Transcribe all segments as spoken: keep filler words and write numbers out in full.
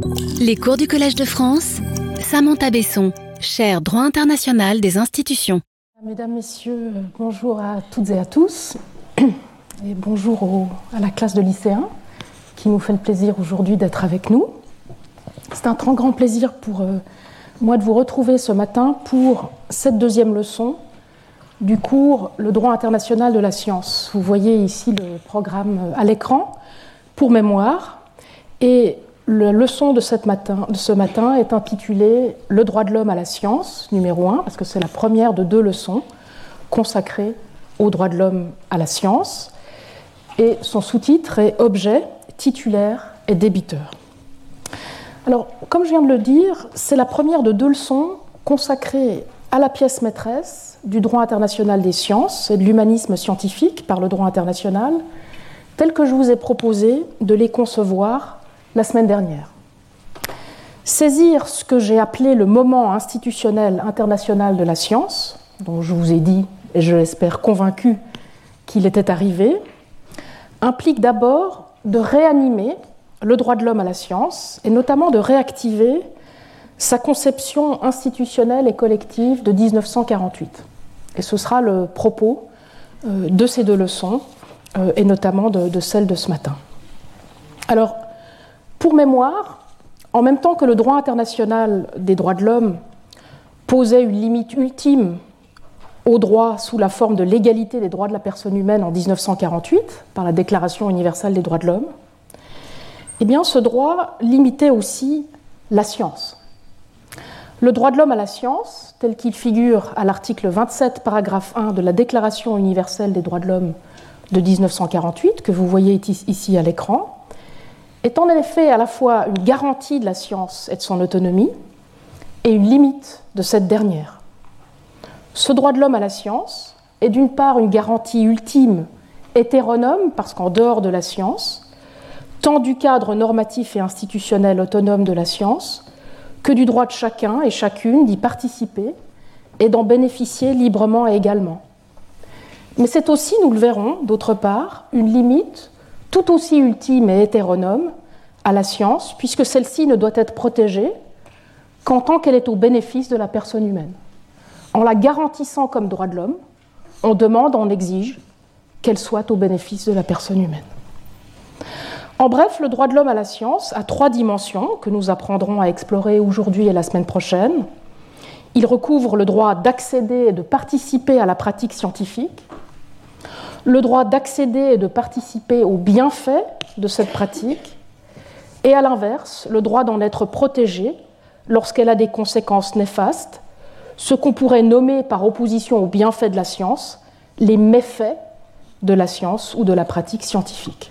Les cours du Collège de France, Samantha Besson, chaire droit international des institutions. Mesdames, Messieurs, bonjour à toutes et à tous, et bonjour au, à la classe de lycéens qui nous fait le plaisir aujourd'hui d'être avec nous. C'est un très grand plaisir pour euh, moi de vous retrouver ce matin pour cette deuxième leçon du cours « Le droit international de la science ». Vous voyez ici le programme à l'écran pour mémoire, et la leçon de, cette matin, de ce matin est intitulée « Le droit de l'homme à la science », numéro un, parce que c'est la première de deux leçons consacrées au droit de l'homme à la science, et son sous-titre est « Objet, titulaire et débiteur ». Alors, comme je viens de le dire, c'est la première de deux leçons consacrées à la pièce maîtresse du droit international des sciences et de l'humanisme scientifique par le droit international, tel que je vous ai proposé de les concevoir la semaine dernière. Saisir ce que j'ai appelé le moment institutionnel international de la science, dont je vous ai dit, et je l'espère convaincu, qu'il était arrivé, implique d'abord de réanimer le droit de l'homme à la science, et notamment de réactiver sa conception institutionnelle et collective de dix-neuf cent quarante-huit. Et ce sera le propos euh, de ces deux leçons, euh, et notamment de, de celle de ce matin. Alors, pour mémoire, en même temps que le droit international des droits de l'homme posait une limite ultime au droit sous la forme de l'égalité des droits de la personne humaine en dix-neuf cent quarante-huit, par la Déclaration universelle des droits de l'homme, eh bien, ce droit limitait aussi la science. Le droit de l'homme à la science, tel qu'il figure à l'article vingt-sept, paragraphe un de la Déclaration universelle des droits de l'homme de dix-neuf cent quarante-huit, que vous voyez ici à l'écran, est en effet à la fois une garantie de la science et de son autonomie et une limite de cette dernière. Ce droit de l'homme à la science est d'une part une garantie ultime hétéronome, parce qu'en dehors de la science, tant du cadre normatif et institutionnel autonome de la science que du droit de chacun et chacune d'y participer et d'en bénéficier librement et également. Mais c'est aussi, nous le verrons, d'autre part, une limite tout aussi ultime et hétéronome à la science, puisque celle-ci ne doit être protégée qu'en tant qu'elle est au bénéfice de la personne humaine. En la garantissant comme droit de l'homme, on demande, on exige qu'elle soit au bénéfice de la personne humaine. En bref, le droit de l'homme à la science a trois dimensions que nous apprendrons à explorer aujourd'hui et la semaine prochaine. Il recouvre le droit d'accéder et de participer à la pratique scientifique, le droit d'accéder et de participer aux bienfaits de cette pratique, et à l'inverse, le droit d'en être protégé lorsqu'elle a des conséquences néfastes, ce qu'on pourrait nommer par opposition aux bienfaits de la science, les méfaits de la science ou de la pratique scientifique.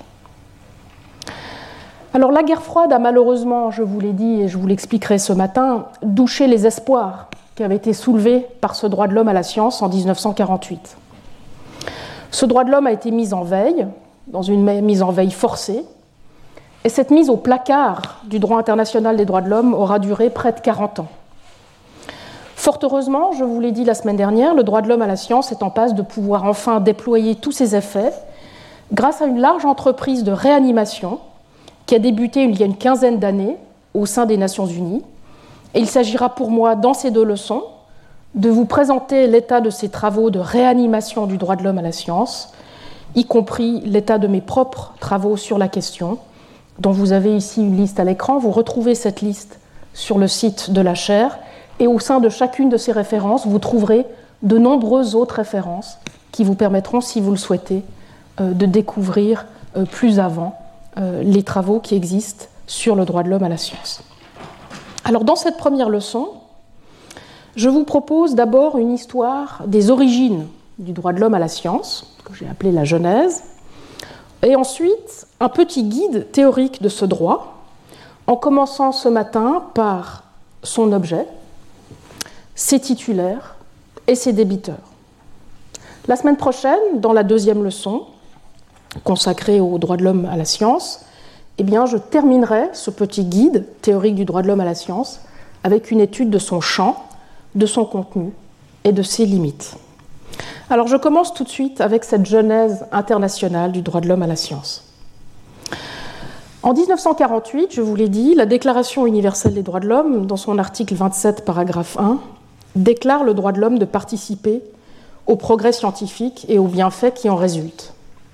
Alors la guerre froide a malheureusement, je vous l'ai dit et je vous l'expliquerai ce matin, douché les espoirs qui avaient été soulevés par ce droit de l'homme à la science en dix-neuf cent quarante-huit. Ce droit de l'homme a été mis en veille, dans une mise en veille forcée, et cette mise au placard du droit international des droits de l'homme aura duré près de quarante ans. Fort heureusement, je vous l'ai dit la semaine dernière, le droit de l'homme à la science est en passe de pouvoir enfin déployer tous ses effets grâce à une large entreprise de réanimation qui a débuté il y a une quinzaine d'années au sein des Nations Unies. Et il s'agira pour moi, dans ces deux leçons, de vous présenter l'état de ces travaux de réanimation du droit de l'homme à la science, y compris l'état de mes propres travaux sur la question, dont vous avez ici une liste à l'écran. Vous retrouvez cette liste sur le site de la chaire, et au sein de chacune de ces références, vous trouverez de nombreuses autres références qui vous permettront, si vous le souhaitez, de découvrir plus avant les travaux qui existent sur le droit de l'homme à la science. Alors, dans cette première leçon, je vous propose d'abord une histoire des origines du droit de l'homme à la science, que j'ai appelée la Genèse, et ensuite un petit guide théorique de ce droit, en commençant ce matin par son objet, ses titulaires et ses débiteurs. La semaine prochaine, dans la deuxième leçon, consacrée au droit de l'homme à la science, eh bien, je terminerai ce petit guide théorique du droit de l'homme à la science avec une étude de son champ, de son contenu et de ses limites. Alors je commence tout de suite avec cette genèse internationale du droit de l'homme à la science. En mille neuf cent quarante-huit, je vous l'ai dit, la Déclaration universelle des droits de l'homme, dans son article vingt-sept, paragraphe un, déclare le droit de l'homme de participer au progrès scientifique et aux bienfaits qui en résultent.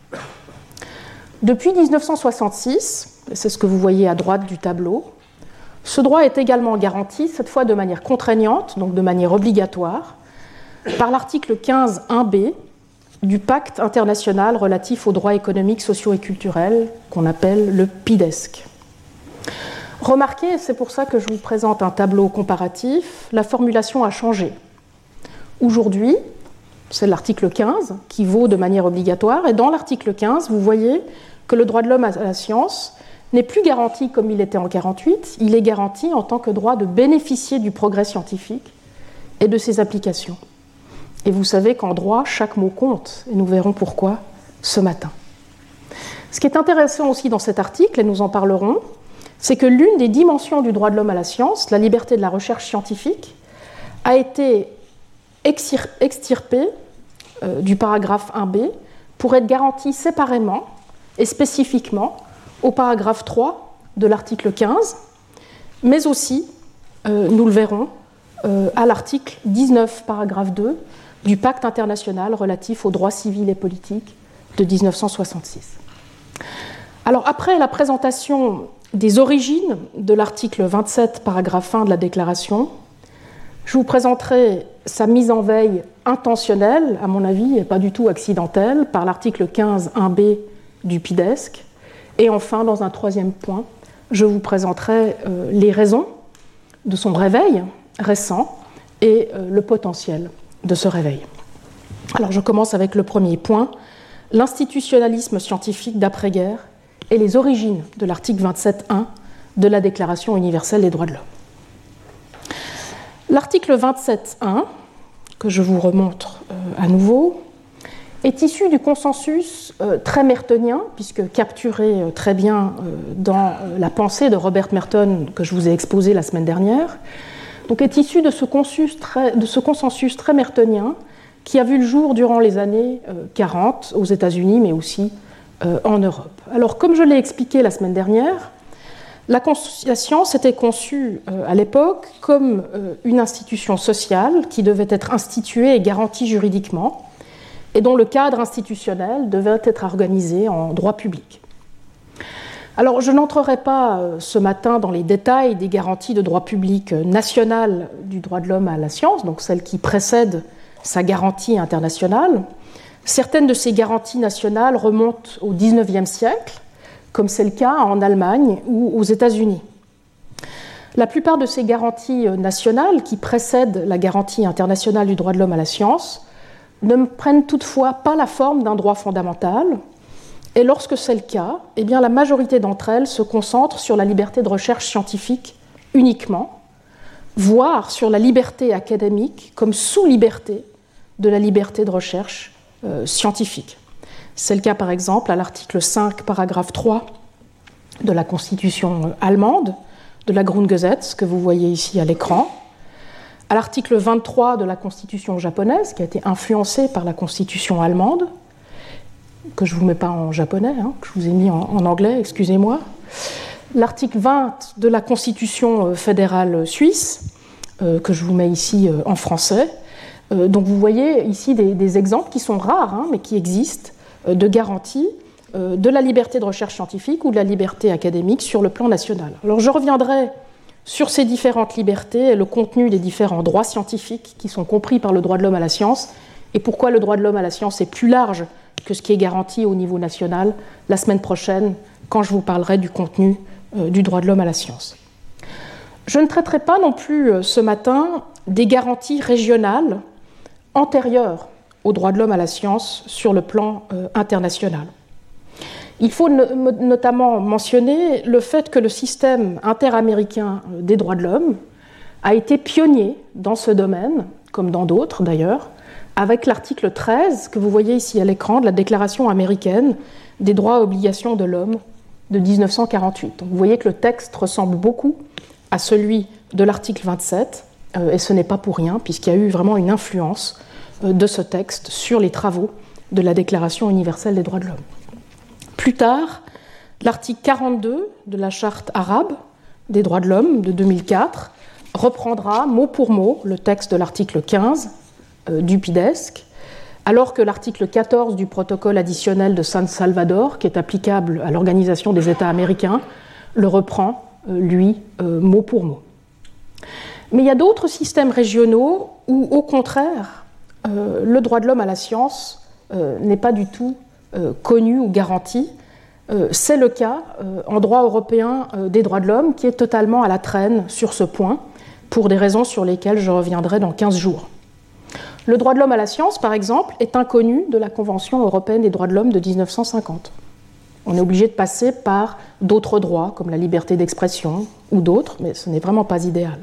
Depuis mille neuf cent soixante-six, c'est ce que vous voyez à droite du tableau, ce droit est également garanti, cette fois de manière contraignante, donc de manière obligatoire, par l'article quinze un B du Pacte international relatif aux droits économiques, sociaux et culturels, qu'on appelle le P I D E S C. Remarquez, c'est pour ça que je vous présente un tableau comparatif, la formulation a changé. Aujourd'hui, c'est l'article quinze qui vaut de manière obligatoire, et dans l'article quinze, vous voyez que le droit de l'homme à la science n'est plus garanti comme il était en mille neuf cent quarante-huit, il est garanti en tant que droit de bénéficier du progrès scientifique et de ses applications. Et vous savez qu'en droit, chaque mot compte, et nous verrons pourquoi ce matin. Ce qui est intéressant aussi dans cet article, et nous en parlerons, c'est que l'une des dimensions du droit de l'homme à la science, la liberté de la recherche scientifique, a été extirpée euh, du paragraphe un B pour être garantie séparément et spécifiquement au paragraphe trois de l'article quinze, mais aussi, euh, nous le verrons, euh, à l'article dix-neuf, paragraphe deux, du Pacte international relatif aux droits civils et politiques de mille neuf cent soixante-six. Alors, après la présentation des origines de l'article vingt-sept, paragraphe un de la Déclaration, je vous présenterai sa mise en veille intentionnelle, à mon avis, et pas du tout accidentelle, par l'article quinze un B du P I D E S C. Et enfin, dans un troisième point, je vous présenterai euh, les raisons de son réveil récent et euh, le potentiel de ce réveil. Alors, je commence avec le premier point, l'institutionnalisme scientifique d'après-guerre et les origines de l'article vingt-sept un de la Déclaration universelle des droits de l'homme. L'article vingt-sept un, que je vous remontre euh, à nouveau, est issu du consensus euh, très mertonien, puisque capturé euh, très bien euh, dans euh, la pensée de Robert Merton que je vous ai exposé la semaine dernière, donc est issu de ce consensus très, de ce consensus très mertonien qui a vu le jour durant les années euh, quarante aux États-Unis, mais aussi euh, en Europe. Alors, comme je l'ai expliqué la semaine dernière, la, la science était conçue euh, à l'époque comme euh, une institution sociale qui devait être instituée et garantie juridiquement, et dont le cadre institutionnel devait être organisé en droit public. Alors, je n'entrerai pas euh, ce matin dans les détails des garanties de droit public euh, national du droit de l'homme à la science, donc celles qui précèdent sa garantie internationale. Certaines de ces garanties nationales remontent au dix-neuvième siècle, comme c'est le cas en Allemagne ou aux États-Unis. La plupart de ces garanties nationales, qui précèdent la garantie internationale du droit de l'homme à la science, ne prennent toutefois pas la forme d'un droit fondamental, et lorsque c'est le cas, eh bien, la majorité d'entre elles se concentrent sur la liberté de recherche scientifique uniquement, voire sur la liberté académique comme sous-liberté de la liberté de recherche euh, scientifique. C'est le cas par exemple à l'article cinq, paragraphe trois de la Constitution allemande, de la Grundgesetz, que vous voyez ici à l'écran, à l'article vingt-trois de la Constitution japonaise, qui a été influencée par la Constitution allemande, que je ne vous mets pas en japonais, hein, que je vous ai mis en, en anglais, excusez-moi, l'article vingt de la Constitution fédérale suisse, euh, que je vous mets ici euh, en français. Euh, donc vous voyez ici des, des exemples qui sont rares, hein, mais qui existent, euh, de garantie euh, de la liberté de recherche scientifique ou de la liberté académique sur le plan national. Alors je reviendrai sur ces différentes libertés et le contenu des différents droits scientifiques qui sont compris par le droit de l'homme à la science, et pourquoi le droit de l'homme à la science est plus large que ce qui est garanti au niveau national la semaine prochaine, quand je vous parlerai du contenu euh, du droit de l'homme à la science. Je ne traiterai pas non plus euh, ce matin des garanties régionales antérieures au droit de l'homme à la science sur le plan euh, international. Il faut no- notamment mentionner le fait que le système interaméricain des droits de l'homme a été pionnier dans ce domaine, comme dans d'autres d'ailleurs, avec l'article treize que vous voyez ici à l'écran de la Déclaration américaine des droits et obligations de l'homme de mille neuf cent quarante-huit. Donc vous voyez que le texte ressemble beaucoup à celui de l'article vingt-sept, euh, et ce n'est pas pour rien, puisqu'il y a eu vraiment une influence euh, de ce texte sur les travaux de la Déclaration universelle des droits de l'homme. Plus tard, L'article quarante-deux de la Charte arabe des droits de l'homme de deux mille quatre reprendra mot pour mot le texte de l'article quinze euh, du P I D E S C, alors que l'article quatorze du protocole additionnel de San Salvador, qui est applicable à l'Organisation des États américains, le reprend, euh, lui, euh, mot pour mot. Mais il y a d'autres systèmes régionaux où, au contraire, euh, le droit de l'homme à la science euh, n'est pas du tout euh, connu ou garanti. Euh, c'est le cas euh, en droit européen euh, des droits de l'homme, qui est totalement à la traîne sur ce point, pour des raisons sur lesquelles je reviendrai dans quinze jours. Le droit de l'homme à la science, par exemple, est inconnu de la Convention européenne des droits de l'homme de mille neuf cent cinquante. On est obligé de passer par d'autres droits, comme la liberté d'expression ou d'autres, mais ce n'est vraiment pas idéal.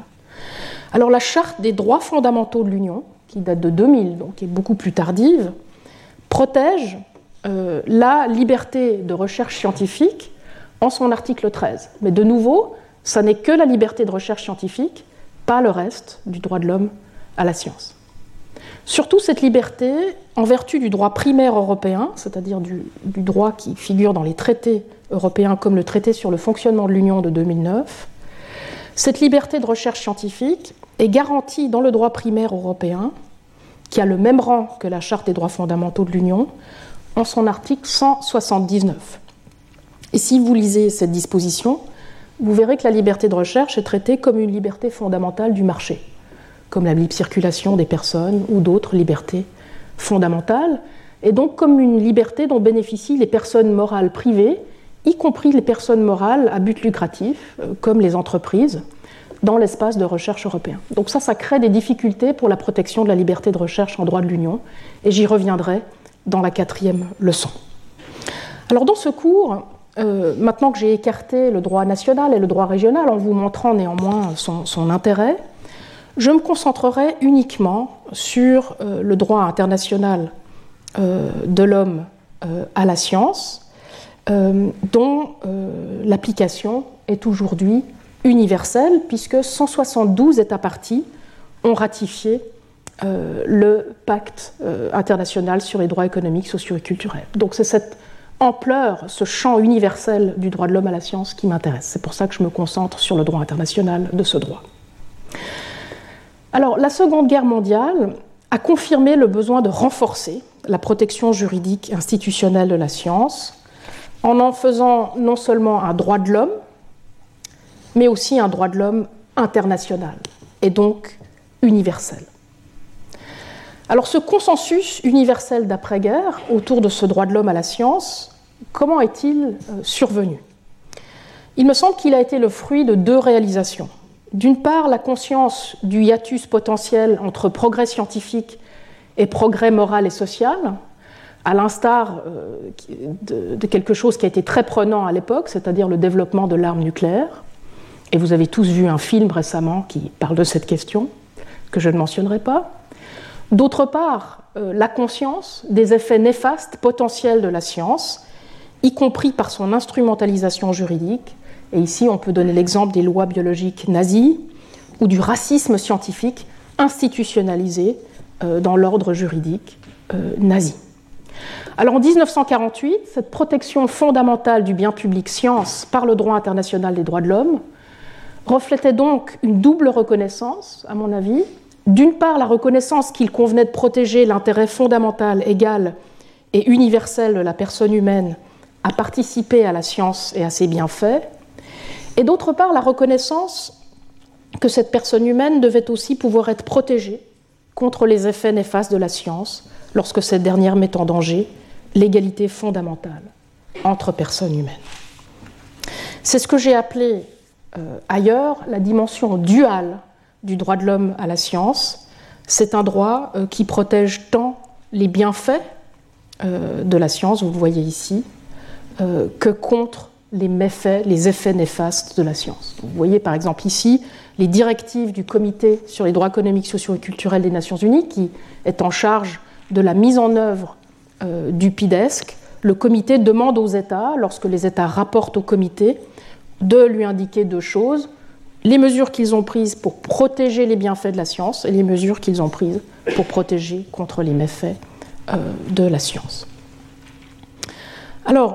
Alors la Charte des droits fondamentaux de l'Union, qui date de deux mille, donc qui est beaucoup plus tardive, protège euh, la liberté de recherche scientifique en son article treize. Mais de nouveau, ça n'est que la liberté de recherche scientifique, pas le reste du droit de l'homme à la science. Surtout cette liberté, en vertu du droit primaire européen, c'est-à-dire du, du droit qui figure dans les traités européens comme le traité sur le fonctionnement de l'Union de deux mille neuf, cette liberté de recherche scientifique est garantie dans le droit primaire européen, qui a le même rang que la Charte des droits fondamentaux de l'Union, en son article cent soixante-dix-neuf. Et si vous lisez cette disposition, vous verrez que la liberté de recherche est traitée comme une liberté fondamentale du marché, comme la libre circulation des personnes ou d'autres libertés fondamentales, et donc comme une liberté dont bénéficient les personnes morales privées, y compris les personnes morales à but lucratif, comme les entreprises, dans l'espace de recherche européen. Donc ça, ça crée des difficultés pour la protection de la liberté de recherche en droit de l'Union, et j'y reviendrai dans la quatrième leçon. Alors dans ce cours, euh, maintenant que j'ai écarté le droit national et le droit régional, en vous montrant néanmoins son, son intérêt, je me concentrerai uniquement sur euh, le droit international euh, de l'homme euh, à la science, euh, dont euh, l'application est aujourd'hui universelle, puisque cent soixante-douze États parties ont ratifié euh, le pacte euh, international sur les droits économiques, sociaux et culturels. Donc c'est cette ampleur, ce champ universel du droit de l'homme à la science qui m'intéresse. C'est pour ça que je me concentre sur le droit international de ce droit. Alors, la Seconde Guerre mondiale a confirmé le besoin de renforcer la protection juridique institutionnelle de la science en en faisant non seulement un droit de l'homme, mais aussi un droit de l'homme international, et donc universel. Alors ce consensus universel d'après-guerre autour de ce droit de l'homme à la science, comment est-il survenu ? Il me semble qu'il a été le fruit de deux réalisations. D'une part, la conscience du hiatus potentiel entre progrès scientifique et progrès moral et social, à l'instar de, de quelque chose qui a été très prenant à l'époque, c'est-à-dire le développement de l'arme nucléaire. Et vous avez tous vu un film récemment qui parle de cette question, que je ne mentionnerai pas. D'autre part, la conscience des effets néfastes potentiels de la science, y compris par son instrumentalisation juridique. Et ici, on peut donner l'exemple des lois biologiques nazies ou du racisme scientifique institutionnalisé dans l'ordre juridique nazi. Alors en dix-neuf cent quarante-huit, cette protection fondamentale du bien public science par le droit international des droits de l'homme reflétait donc une double reconnaissance, à mon avis. D'une part, la reconnaissance qu'il convenait de protéger l'intérêt fondamental, égal et universel de la personne humaine à participer à la science et à ses bienfaits, et d'autre part, la reconnaissance que cette personne humaine devait aussi pouvoir être protégée contre les effets néfastes de la science lorsque cette dernière met en danger l'égalité fondamentale entre personnes humaines. C'est ce que j'ai appelé euh, ailleurs la dimension duale du droit de l'homme à la science. C'est un droit euh, qui protège tant les bienfaits euh, de la science, vous le voyez ici, euh, que contre les méfaits, les effets néfastes de la science. Vous voyez par exemple ici les directives du Comité sur les droits économiques, sociaux et culturels des Nations Unies, qui est en charge de la mise en œuvre euh, du P I D E S C. Le comité demande aux États, lorsque les États rapportent au comité, de lui indiquer deux choses: les mesures qu'ils ont prises pour protéger les bienfaits de la science et les mesures qu'ils ont prises pour protéger contre les méfaits euh, de la science. Alors,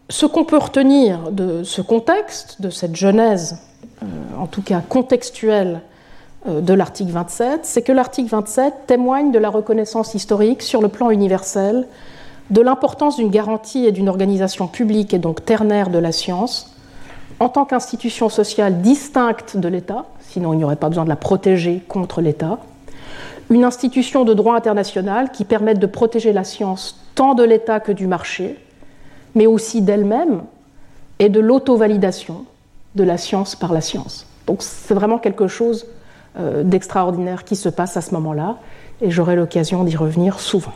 ce qu'on peut retenir de ce contexte, de cette genèse, euh, en tout cas contextuelle, euh, de l'article vingt-sept, c'est que l'article vingt-sept témoigne de la reconnaissance historique sur le plan universel de l'importance d'une garantie et d'une organisation publique et donc ternaire de la science en tant qu'institution sociale distincte de l'État, sinon il n'y aurait pas besoin de la protéger contre l'État, une institution de droit international qui permette de protéger la science tant de l'État que du marché, mais aussi d'elle-même et de l'auto-validation de la science par la science. Donc c'est vraiment quelque chose euh, d'extraordinaire qui se passe à ce moment-là, et j'aurai l'occasion d'y revenir souvent.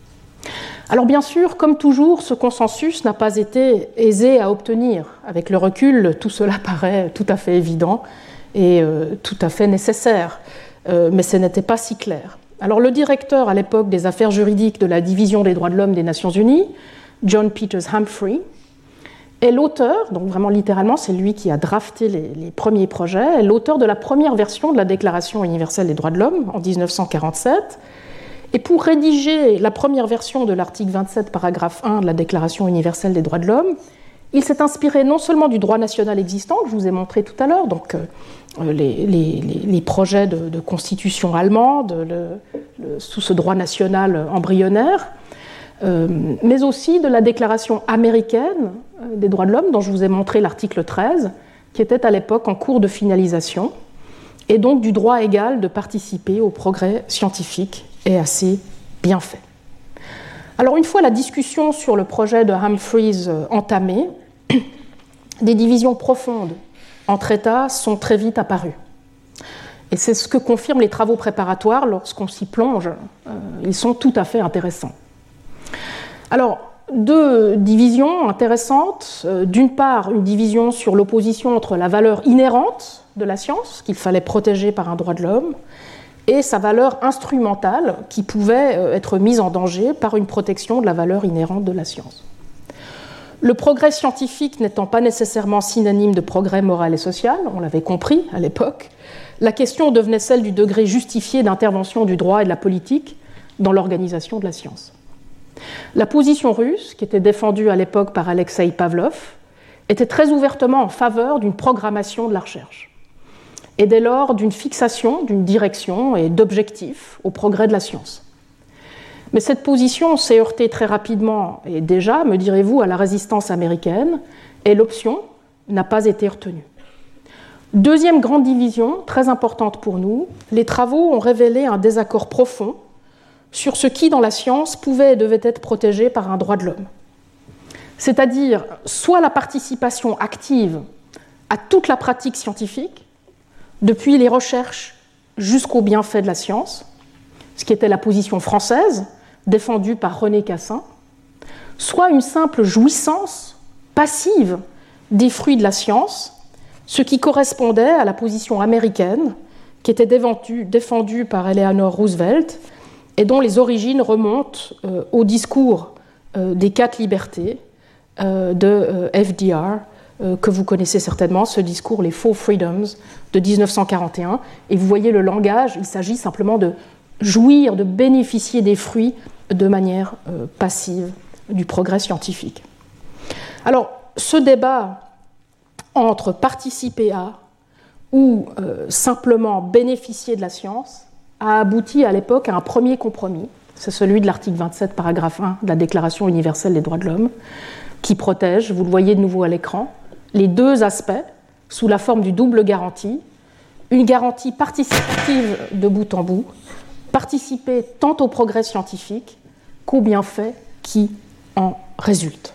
Alors bien sûr, comme toujours, ce consensus n'a pas été aisé à obtenir. Avec le recul, tout cela paraît tout à fait évident et euh, tout à fait nécessaire, euh, mais ce n'était pas si clair. Alors le directeur à l'époque des affaires juridiques de la Division des droits de l'homme des Nations Unies, John Peters Humphrey, est l'auteur, donc vraiment littéralement c'est lui qui a drafté les, les premiers projets, est l'auteur de la première version de la Déclaration universelle des droits de l'homme en dix-neuf cent quarante-sept. Et pour rédiger la première version de l'article vingt-sept, paragraphe un de la Déclaration universelle des droits de l'homme, il s'est inspiré non seulement du droit national existant, que je vous ai montré tout à l'heure, donc euh, les, les, les projets de, de constitution allemande, le, le, sous ce droit national embryonnaire, euh, mais aussi de la Déclaration américaine des droits de l'homme, dont je vous ai montré l'article treize, qui était à l'époque en cours de finalisation, et donc du droit égal de participer au progrès scientifique est assez bien fait. Alors une fois la discussion sur le projet de Humphreys entamée, des divisions profondes entre États sont très vite apparues. Et c'est ce que confirment les travaux préparatoires lorsqu'on s'y plonge. Euh, ils sont tout à fait intéressants. Alors, deux divisions intéressantes. Euh, d'une part, une division sur l'opposition entre la valeur inhérente de la science, qu'il fallait protéger par un droit de l'homme, et sa valeur instrumentale qui pouvait être mise en danger par une protection de la valeur inhérente de la science. Le progrès scientifique n'étant pas nécessairement synonyme de progrès moral et social, on l'avait compris à l'époque, la question devenait celle du degré justifié d'intervention du droit et de la politique dans l'organisation de la science. La position russe, qui était défendue à l'époque par Alexeï Pavlov, était très ouvertement en faveur d'une programmation de la recherche, et dès lors d'une fixation, d'une direction et d'objectifs au progrès de la science. Mais cette position s'est heurtée très rapidement, et déjà, me direz-vous, à la résistance américaine, et l'option n'a pas été retenue. Deuxième grande division, très importante pour nous, les travaux ont révélé un désaccord profond sur ce qui, dans la science, pouvait et devait être protégé par un droit de l'homme. C'est-à-dire soit la participation active à toute la pratique scientifique, depuis les recherches jusqu'aux bienfaits de la science, ce qui était la position française, défendue par René Cassin, soit une simple jouissance passive des fruits de la science, ce qui correspondait à la position américaine qui était défendue, défendue par Eleanor Roosevelt et dont les origines remontent euh, au discours euh, des quatre libertés euh, de euh, F D R, que vous connaissez certainement, ce discours, les Four Freedoms, de dix-neuf cent quarante et un. Et vous voyez le langage, il s'agit simplement de jouir, de bénéficier des fruits de manière euh, passive du progrès scientifique. Alors, ce débat entre participer à ou euh, simplement bénéficier de la science a abouti à l'époque à un premier compromis. C'est celui de l'article vingt-sept, paragraphe un de la Déclaration universelle des droits de l'homme, qui protège, vous le voyez de nouveau à l'écran, les deux aspects sous la forme du double garantie, une garantie participative de bout en bout, participer tant au progrès scientifique qu'aux bienfaits qui en résultent.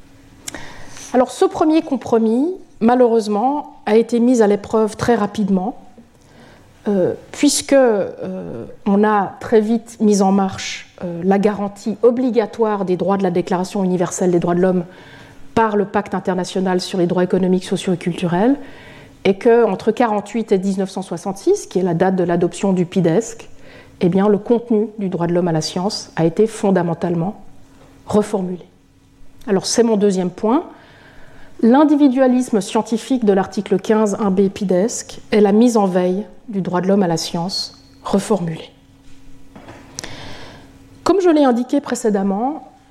Alors ce premier compromis, malheureusement, a été mis à l'épreuve très rapidement, euh, puisque euh, on a très vite mis en marche euh, la garantie obligatoire des droits de la Déclaration universelle des droits de l'homme par le Pacte international sur les droits économiques, sociaux et culturels, et qu'entre mille neuf cent quarante-huit et dix-neuf cent soixante-six, qui est la date de l'adoption du P I D E S C, eh bien, le contenu du droit de l'homme à la science a été fondamentalement reformulé. Alors c'est mon deuxième point. L'individualisme scientifique de l'article quinze un B P I D E S C est la mise en veille du droit de l'homme à la science reformulé. Comme je l'ai indiqué précédemment,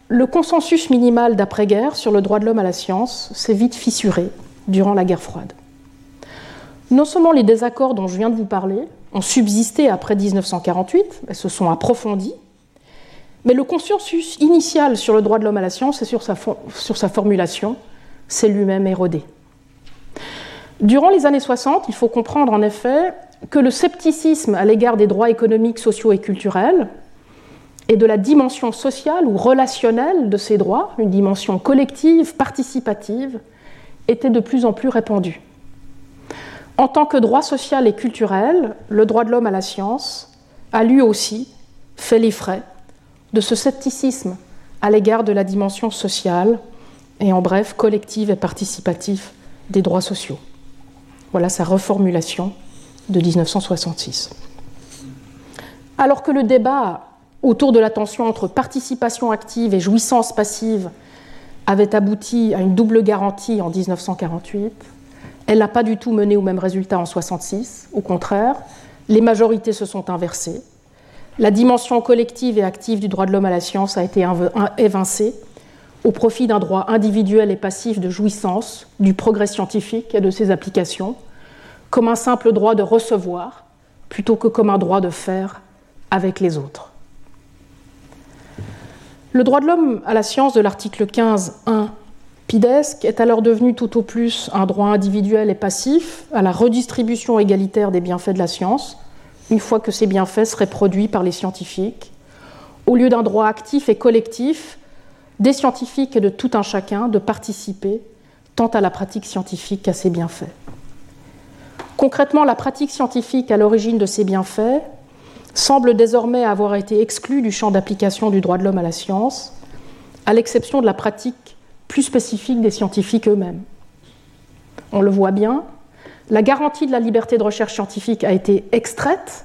le consensus minimal d'après-guerre sur le droit de l'homme à la science s'est vite fissuré durant la guerre froide. Non seulement les désaccords dont je viens de vous parler ont subsisté après mille neuf cent quarante-huit, et se sont approfondis, mais le consensus initial sur le droit de l'homme à la science et sur sa, sur sa formulation s'est lui-même érodé. Durant les années soixante, il faut comprendre en effet que le scepticisme à l'égard des droits économiques, sociaux et culturels et de la dimension sociale ou relationnelle de ces droits, une dimension collective, participative, était de plus en plus répandu. En tant que droit social et culturel, le droit de l'homme à la science a lui aussi fait les frais de ce scepticisme à l'égard de la dimension sociale et en bref collective et participative des droits sociaux. Voilà sa reformulation de mille neuf cent soixante-six. Alors que le débat autour de la tension entre participation active et jouissance passive avait abouti à une double garantie en mille neuf cent quarante-huit, elle n'a pas du tout mené au même résultat en mille neuf cent soixante-six. Au contraire, les majorités se sont inversées. La dimension collective et active du droit de l'homme à la science a été évincée au profit d'un droit individuel et passif de jouissance du progrès scientifique et de ses applications, comme un simple droit de recevoir, plutôt que comme un droit de faire avec les autres. Le droit de l'homme à la science de l'article quinze point un Pidesque est alors devenu tout au plus un droit individuel et passif à la redistribution égalitaire des bienfaits de la science, une fois que ces bienfaits seraient produits par les scientifiques, au lieu d'un droit actif et collectif des scientifiques et de tout un chacun de participer tant à la pratique scientifique qu'à ses bienfaits. Concrètement, la pratique scientifique à l'origine de ces bienfaits semble désormais avoir été exclue du champ d'application du droit de l'homme à la science, à l'exception de la pratique plus spécifique des scientifiques eux-mêmes. On le voit bien, la garantie de la liberté de recherche scientifique a été extraite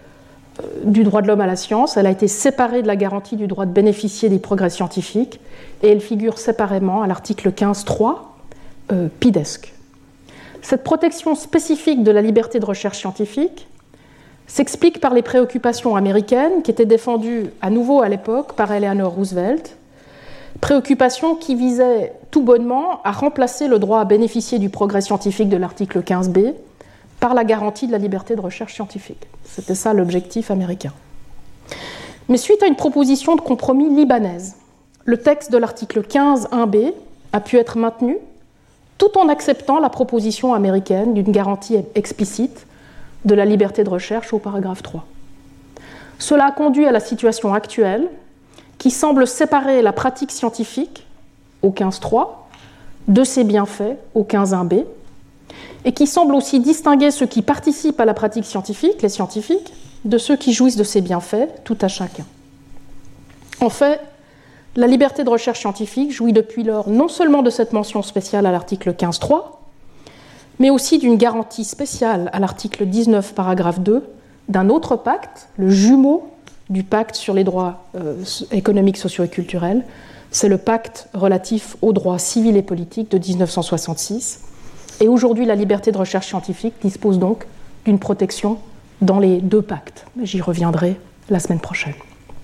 du droit de l'homme à la science, elle a été séparée de la garantie du droit de bénéficier des progrès scientifiques, et elle figure séparément à l'article quinze point trois euh, Pidesque. Cette protection spécifique de la liberté de recherche scientifique s'explique par les préoccupations américaines qui étaient défendues à nouveau à l'époque par Eleanor Roosevelt, préoccupations qui visaient tout bonnement à remplacer le droit à bénéficier du progrès scientifique de l'article quinze B par la garantie de la liberté de recherche scientifique. C'était ça l'objectif américain. Mais suite à une proposition de compromis libanaise, le texte de l'article quinze point un B a pu être maintenu tout en acceptant la proposition américaine d'une garantie explicite de la liberté de recherche au paragraphe trois. Cela a conduit à la situation actuelle qui semble séparer la pratique scientifique au quinze point trois de ses bienfaits au quinze point un B et qui semble aussi distinguer ceux qui participent à la pratique scientifique, les scientifiques, de ceux qui jouissent de ses bienfaits, tout à chacun. En fait, la liberté de recherche scientifique jouit depuis lors non seulement de cette mention spéciale à l'article quinze point trois, mais aussi d'une garantie spéciale à l'article dix-neuf, paragraphe deux, d'un autre pacte, le jumeau du pacte sur les droits euh, économiques, sociaux et culturels. C'est le pacte relatif aux droits civils et politiques de mille neuf cent soixante-six. Et aujourd'hui, la liberté de recherche scientifique dispose donc d'une protection dans les deux pactes. J'y reviendrai la semaine prochaine.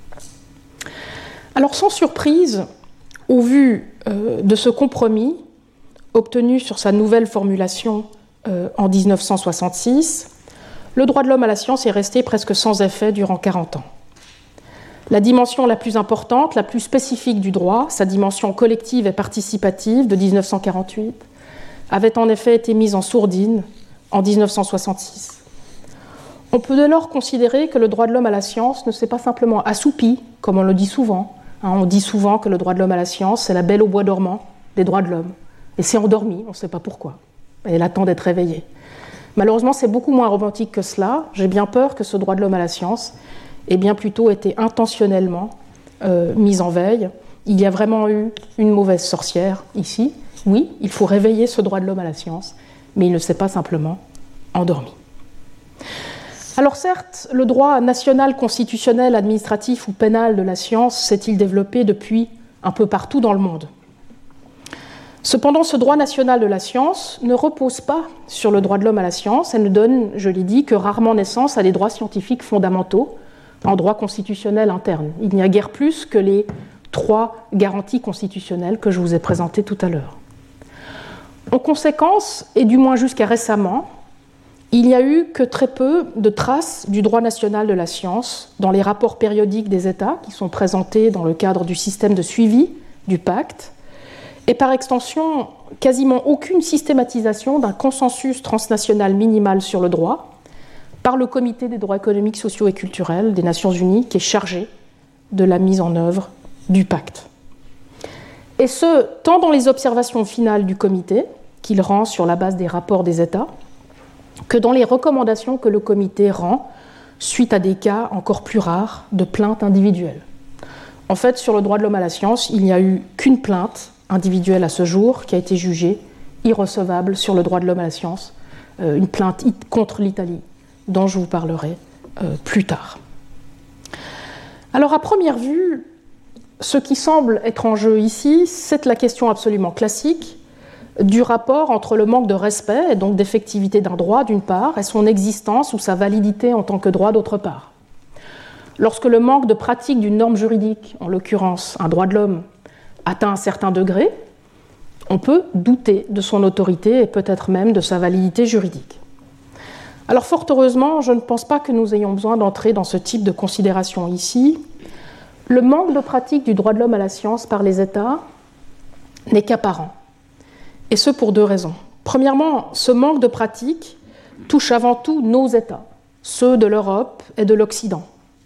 Alors, sans surprise, au vu euh, de ce compromis obtenu sur sa nouvelle formulation euh, en mille neuf cent soixante-six, le droit de l'homme à la science est resté presque sans effet durant quarante ans. La dimension la plus importante, la plus spécifique du droit, sa dimension collective et participative de mille neuf cent quarante-huit, avait en effet été mise en sourdine en mille neuf cent soixante-six. On peut dès lors considérer que le droit de l'homme à la science ne s'est pas simplement assoupi, comme on le dit souvent. Hein, on dit souvent que le droit de l'homme à la science, c'est la belle au bois dormant des droits de l'homme. Et c'est endormi, on ne sait pas pourquoi. Elle attend d'être réveillée. Malheureusement, c'est beaucoup moins romantique que cela. J'ai bien peur que ce droit de l'homme à la science ait bien plutôt été intentionnellement euh, mis en veille. Il y a vraiment eu une mauvaise sorcière ici. Oui, il faut réveiller ce droit de l'homme à la science, mais il ne s'est pas simplement endormi. Alors certes, le droit national, constitutionnel, administratif ou pénal de la science s'est-il développé depuis un peu partout dans le monde. Cependant, ce droit national de la science ne repose pas sur le droit de l'homme à la science. Elle ne donne, je l'ai dit, que rarement naissance à des droits scientifiques fondamentaux en droit constitutionnel interne. Il n'y a guère plus que les trois garanties constitutionnelles que je vous ai présentées tout à l'heure. En conséquence, et du moins jusqu'à récemment, il n'y a eu que très peu de traces du droit national de la science dans les rapports périodiques des États qui sont présentés dans le cadre du système de suivi du pacte, et par extension, quasiment aucune systématisation d'un consensus transnational minimal sur le droit par le Comité des droits économiques, sociaux et culturels des Nations Unies qui est chargé de la mise en œuvre du pacte. Et ce, tant dans les observations finales du comité, qu'il rend sur la base des rapports des États, que dans les recommandations que le comité rend suite à des cas encore plus rares de plaintes individuelles. En fait, sur le droit de l'homme à la science, il n'y a eu qu'une plainte individuelle à ce jour qui a été jugée irrecevable sur le droit de l'homme à la science, euh, une plainte contre l'Italie, dont je vous parlerai euh, plus tard. Alors, à première vue, ce qui semble être en jeu ici, c'est la question absolument classique du rapport entre le manque de respect et donc d'effectivité d'un droit d'une part et son existence ou sa validité en tant que droit d'autre part. Lorsque le manque de pratique d'une norme juridique, en l'occurrence un droit de l'homme, atteint un certain degré, on peut douter de son autorité et peut-être même de sa validité juridique. Alors fort heureusement, je ne pense pas que nous ayons besoin d'entrer dans ce type de considération ici. Le manque de pratique du droit de l'homme à la science par les États n'est qu'apparent. Et ce pour deux raisons. Premièrement, ce manque de pratique touche avant tout nos États, ceux de l'Europe et de l'Occident.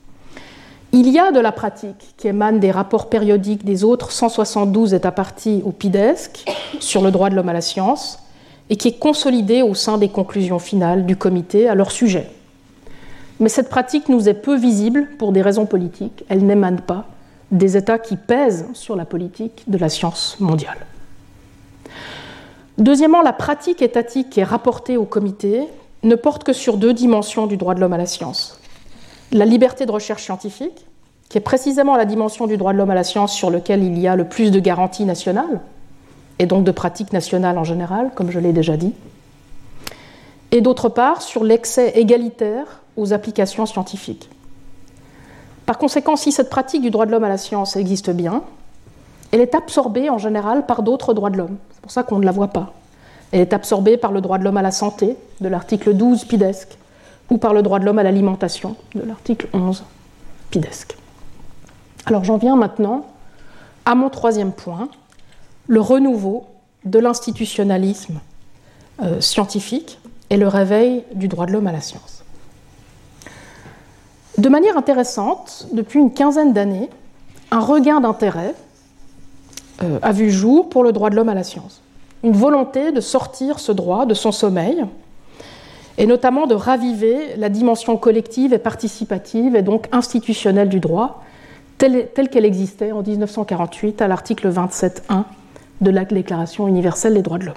Il y a de la pratique qui émane des rapports périodiques des autres cent soixante-douze États parties au PIDESC sur le droit de l'homme à la science et qui est consolidée au sein des conclusions finales du comité à leur sujet. Mais cette pratique nous est peu visible pour des raisons politiques. Elle n'émane pas des États qui pèsent sur la politique de la science mondiale. Deuxièmement, la pratique étatique qui est rapportée au comité ne porte que sur deux dimensions du droit de l'homme à la science. La liberté de recherche scientifique, qui est précisément la dimension du droit de l'homme à la science sur laquelle il y a le plus de garanties nationales, et donc de pratiques nationales en général, comme je l'ai déjà dit, et d'autre part sur l'accès égalitaire aux applications scientifiques. Par conséquent, si cette pratique du droit de l'homme à la science existe bien, elle est absorbée en général par d'autres droits de l'homme. C'est pour ça qu'on ne la voit pas. Elle est absorbée par le droit de l'homme à la santé, de l'article douze PIDESC, ou par le droit de l'homme à l'alimentation, de l'article onze PIDESC. Alors j'en viens maintenant à mon troisième point, le renouveau de l'institutionnalisme euh, scientifique et le réveil du droit de l'homme à la science. De manière intéressante, depuis une quinzaine d'années, un regain d'intérêt euh, a vu jour pour le droit de l'homme à la science. Une volonté de sortir ce droit de son sommeil et notamment de raviver la dimension collective et participative et donc institutionnelle du droit telle, telle qu'elle existait en dix-neuf cent quarante-huit à l'article vingt-sept point un de la Déclaration universelle des droits de l'homme.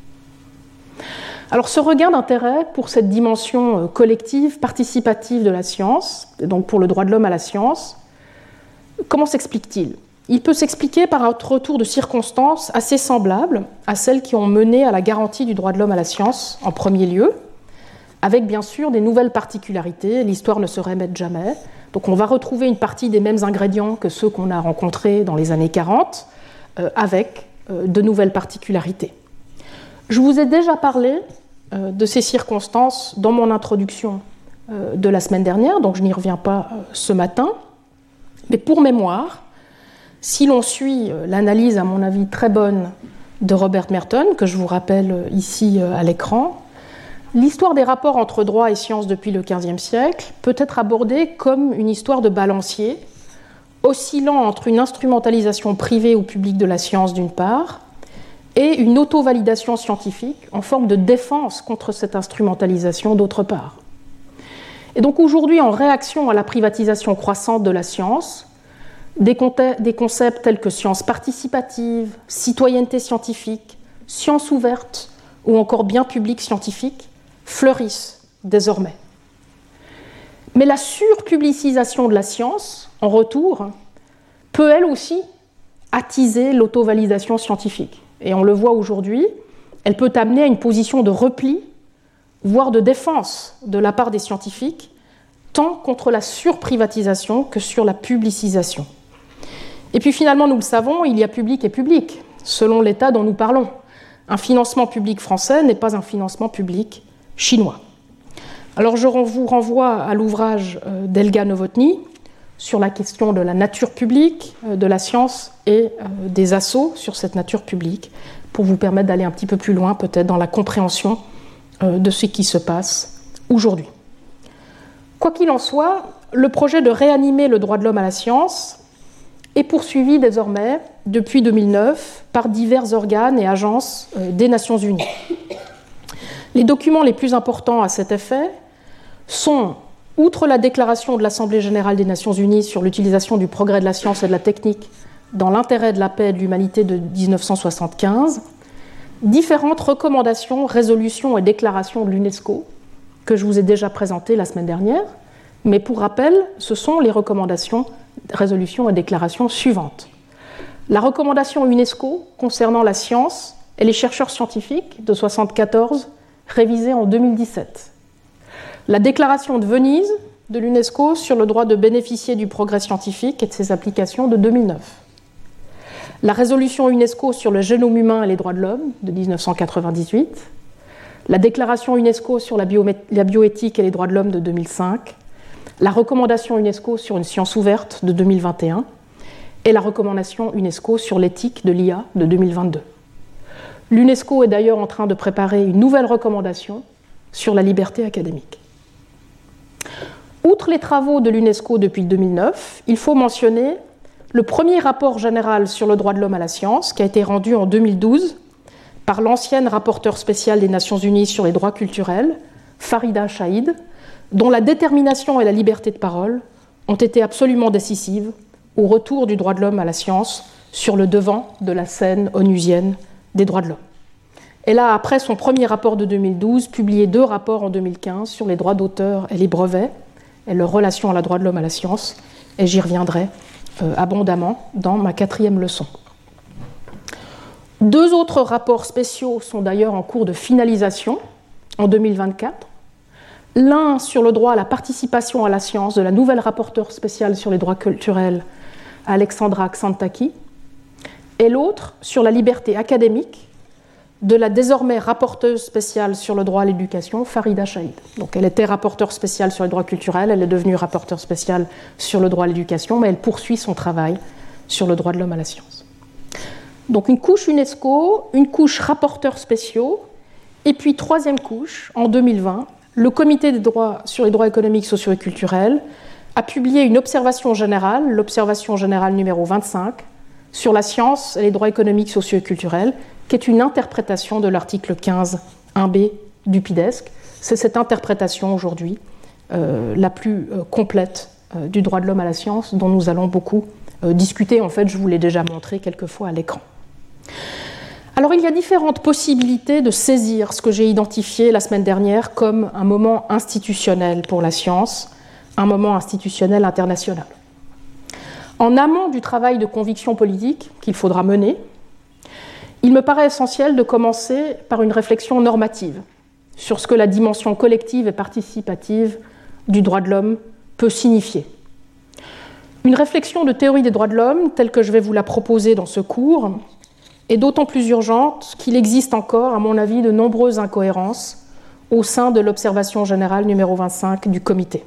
Alors ce regain d'intérêt pour cette dimension collective, participative de la science, et donc pour le droit de l'homme à la science, comment s'explique-t-il ? Il peut s'expliquer par un retour de circonstances assez semblables à celles qui ont mené à la garantie du droit de l'homme à la science en premier lieu, avec bien sûr des nouvelles particularités, l'histoire ne se répète jamais, donc on va retrouver une partie des mêmes ingrédients que ceux qu'on a rencontrés dans les années quarante, euh, avec euh, de nouvelles particularités. Je vous ai déjà parlé euh, de ces circonstances dans mon introduction euh, de la semaine dernière, donc je n'y reviens pas euh, ce matin, mais pour mémoire, si l'on suit euh, l'analyse à mon avis très bonne de Robert Merton, que je vous rappelle euh, ici euh, à l'écran, l'histoire des rapports entre droit et science depuis le quinzième siècle peut être abordée comme une histoire de balancier, oscillant entre une instrumentalisation privée ou publique de la science d'une part, et une auto-validation scientifique en forme de défense contre cette instrumentalisation d'autre part. Et donc aujourd'hui, en réaction à la privatisation croissante de la science, des concepts tels que science participative, citoyenneté scientifique, science ouverte ou encore bien public scientifique fleurissent désormais. Mais la surpublicisation de la science, en retour, peut elle aussi attiser l'auto-validation scientifique. Et on le voit aujourd'hui, elle peut amener à une position de repli, voire de défense de la part des scientifiques, tant contre la surprivatisation que sur la publicisation. Et puis finalement, nous le savons, il y a public et public, selon l'État dont nous parlons. Un financement public français n'est pas un financement public chinois. Alors je vous renvoie à l'ouvrage d'Elga Novotny sur la question de la nature publique, de la science et des assauts sur cette nature publique, pour vous permettre d'aller un petit peu plus loin peut-être dans la compréhension de ce qui se passe aujourd'hui. Quoi qu'il en soit, le projet de réanimer le droit de l'homme à la science est poursuivi désormais, depuis deux mille neuf, par divers organes et agences des Nations Unies. Les documents les plus importants à cet effet sont, outre la déclaration de l'Assemblée générale des Nations Unies sur l'utilisation du progrès de la science et de la technique dans l'intérêt de la paix et de l'humanité de mille neuf cent soixante-quinze, différentes recommandations, résolutions et déclarations de l'UNESCO que je vous ai déjà présentées la semaine dernière, mais pour rappel, ce sont les recommandations, résolutions et déclarations suivantes. La recommandation UNESCO concernant la science et les chercheurs scientifiques de mille neuf cent soixante-quatorze, révisée en deux mille dix-sept. La déclaration de Venise de l'UNESCO sur le droit de bénéficier du progrès scientifique et de ses applications de deux mille neuf. La résolution UNESCO sur le génome humain et les droits de l'homme de mille neuf cent quatre-vingt-dix-huit. La déclaration UNESCO sur la, bio- la bioéthique et les droits de l'homme de deux mille cinq. La recommandation UNESCO sur une science ouverte de deux mille vingt et un et la recommandation UNESCO sur l'éthique de l'I A de deux mille vingt-deux. L'UNESCO est d'ailleurs en train de préparer une nouvelle recommandation sur la liberté académique. Outre les travaux de l'UNESCO depuis deux mille neuf, il faut mentionner le premier rapport général sur le droit de l'homme à la science qui a été rendu en deux mille douze par l'ancienne rapporteure spéciale des Nations Unies sur les droits culturels, Farida Chaïd, dont la détermination et la liberté de parole ont été absolument décisives au retour du droit de l'homme à la science sur le devant de la scène onusienne des droits de l'homme. Elle a, après son premier rapport de deux mille douze, publié deux rapports en deux mille quinze sur les droits d'auteur et les brevets et leur relation à la droit de l'homme à la science, et j'y reviendrai euh, abondamment dans ma quatrième leçon. Deux autres rapports spéciaux sont d'ailleurs en cours de finalisation en deux mille vingt-quatre. L'un sur le droit à la participation à la science de la nouvelle rapporteure spéciale sur les droits culturels, Alexandra Xantaki, et l'autre sur la liberté académique de la désormais rapporteuse spéciale sur le droit à l'éducation, Farida Chaïd. Donc elle était rapporteure spéciale sur les droits culturels, elle est devenue rapporteure spéciale sur le droit à l'éducation, mais elle poursuit son travail sur le droit de l'homme à la science. Donc une couche UNESCO, une couche rapporteurs spéciaux, et puis troisième couche, en deux mille vingt, le Comité des droits sur les droits économiques, sociaux et culturels a publié une observation générale, l'observation générale numéro vingt-cinq, sur la science et les droits économiques, sociaux et culturels, qui est une interprétation de l'article quinze un B du PIDESC. C'est cette interprétation aujourd'hui euh, la plus euh, complète euh, du droit de l'homme à la science dont nous allons beaucoup euh, discuter. En fait, je vous l'ai déjà montré quelques fois à l'écran. Alors, il y a différentes possibilités de saisir ce que j'ai identifié la semaine dernière comme un moment institutionnel pour la science, un moment institutionnel international. En amont du travail de conviction politique qu'il faudra mener, il me paraît essentiel de commencer par une réflexion normative sur ce que la dimension collective et participative du droit de l'homme peut signifier. Une réflexion de théorie des droits de l'homme, telle que je vais vous la proposer dans ce cours, est d'autant plus urgente qu'il existe encore, à mon avis, de nombreuses incohérences au sein de l'observation générale numéro vingt-cinq du comité.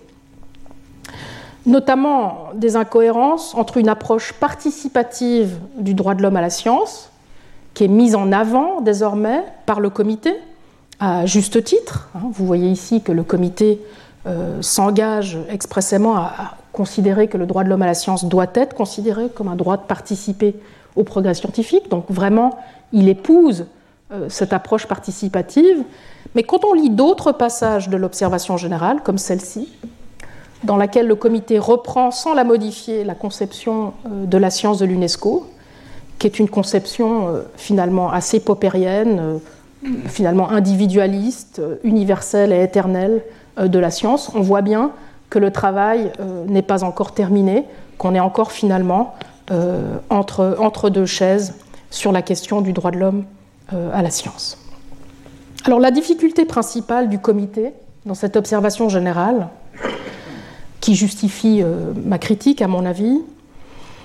Notamment des incohérences entre une approche participative du droit de l'homme à la science, qui est mise en avant désormais par le comité, à juste titre. Vous voyez ici que le comité euh, s'engage expressément à, à considérer que le droit de l'homme à la science doit être considéré comme un droit de participer au progrès scientifique. Donc vraiment, il épouse euh, cette approche participative. Mais quand on lit d'autres passages de l'observation générale, comme celle-ci, dans laquelle le comité reprend, sans la modifier, la conception euh, de la science de l'UNESCO, qui est une conception euh, finalement assez popérienne, euh, finalement individualiste, euh, universelle et éternelle euh, de la science, on voit bien que le travail euh, n'est pas encore terminé, qu'on est encore finalement euh, entre, entre deux chaises sur la question du droit de l'homme euh, à la science. Alors la difficulté principale du comité dans cette observation générale, qui justifie euh, ma critique à mon avis,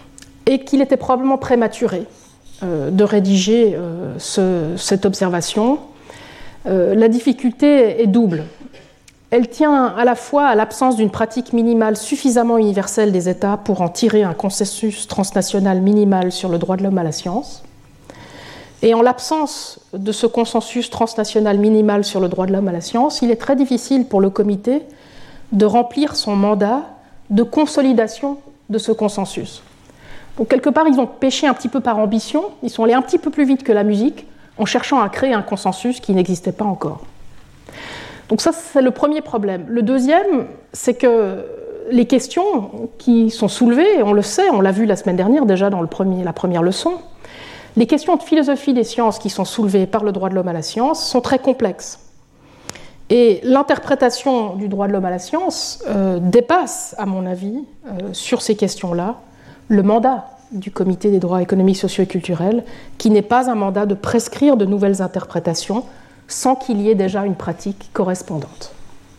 et qu'il était probablement prématuré euh, de rédiger euh, ce, cette observation. Euh, la difficulté est double. Elle tient à la fois à l'absence d'une pratique minimale suffisamment universelle des États pour en tirer un consensus transnational minimal sur le droit de l'homme à la science, et en l'absence de ce consensus transnational minimal sur le droit de l'homme à la science, il est très difficile pour le comité de remplir son mandat de consolidation de ce consensus. Donc quelque part, ils ont péché un petit peu par ambition, ils sont allés un petit peu plus vite que la musique en cherchant à créer un consensus qui n'existait pas encore. Donc ça, c'est le premier problème. Le deuxième, c'est que les questions qui sont soulevées, on le sait, on l'a vu la semaine dernière déjà dans le premier, la première leçon, les questions de philosophie des sciences qui sont soulevées par le droit de l'homme à la science sont très complexes. Et l'interprétation du droit de l'homme à la science euh, dépasse, à mon avis, euh, sur ces questions-là, le mandat du Comité des droits économiques, sociaux et culturels, qui n'est pas un mandat de prescrire de nouvelles interprétations sans qu'il y ait déjà une pratique correspondante.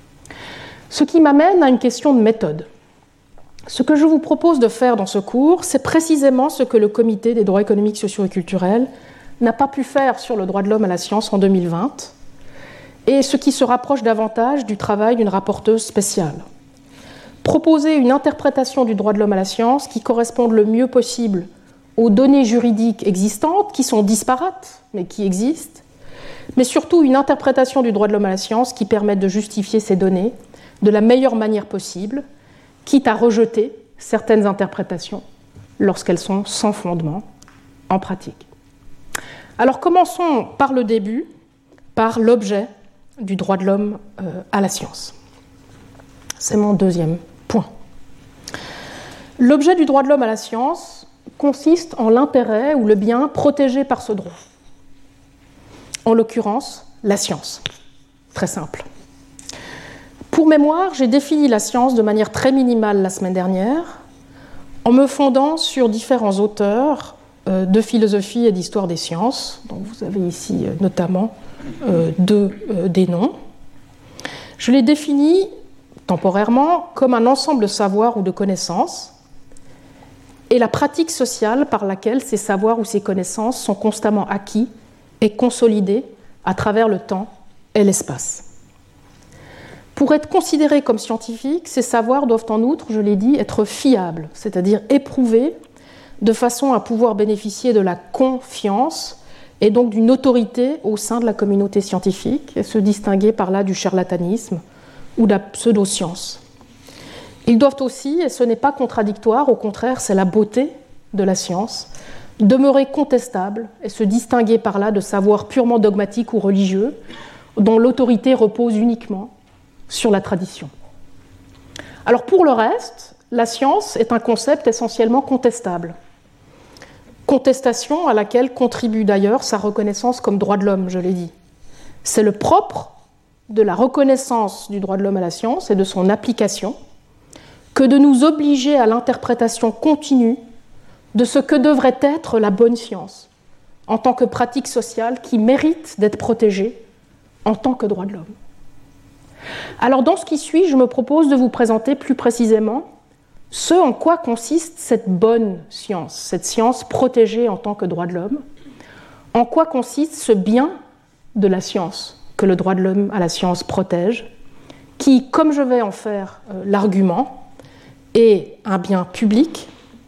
Ce qui m'amène à une question de méthode. Ce que je vous propose de faire dans ce cours, c'est précisément ce que le Comité des droits économiques, sociaux et culturels n'a pas pu faire sur le droit de l'homme à la science en deux mille vingt, et ce qui se rapproche davantage du travail d'une rapporteuse spéciale. Proposer une interprétation du droit de l'homme à la science qui corresponde le mieux possible aux données juridiques existantes, qui sont disparates, mais qui existent, mais surtout une interprétation du droit de l'homme à la science qui permette de justifier ces données de la meilleure manière possible, quitte à rejeter certaines interprétations lorsqu'elles sont sans fondement en pratique. Alors commençons par le début, par l'objet du droit de l'homme euh, à la science. C'est mon deuxième point. L'objet du droit de l'homme à la science consiste en l'intérêt ou le bien protégé par ce droit. En l'occurrence, la science. Très simple. Pour mémoire, j'ai défini la science de manière très minimale la semaine dernière, en me fondant sur différents auteurs euh, de philosophie et d'histoire des sciences, dont vous avez ici euh, notamment euh, deux euh, des noms. Je l'ai défini temporairement comme un ensemble de savoirs ou de connaissances, et la pratique sociale par laquelle ces savoirs ou ces connaissances sont constamment acquis et consolidés à travers le temps et l'espace. Pour être considérés comme scientifiques, ces savoirs doivent en outre, je l'ai dit, être fiables, c'est-à-dire éprouvés de façon à pouvoir bénéficier de la confiance et donc d'une autorité au sein de la communauté scientifique et se distinguer par là du charlatanisme ou de la pseudo-science. Ils doivent aussi, et ce n'est pas contradictoire, au contraire, c'est la beauté de la science, demeurer contestables et se distinguer par là de savoirs purement dogmatiques ou religieux dont l'autorité repose uniquement sur la tradition. Alors pour le reste, la science est un concept essentiellement contestable. Contestation à laquelle contribue d'ailleurs sa reconnaissance comme droit de l'homme, je l'ai dit. C'est le propre de la reconnaissance du droit de l'homme à la science et de son application que de nous obliger à l'interprétation continue de ce que devrait être la bonne science en tant que pratique sociale qui mérite d'être protégée en tant que droit de l'homme. Alors dans ce qui suit, je me propose de vous présenter plus précisément ce en quoi consiste cette bonne science, cette science protégée en tant que droit de l'homme, en quoi consiste ce bien de la science que le droit de l'homme à la science protège, qui, comme je vais en faire euh, l'argument, est un bien public,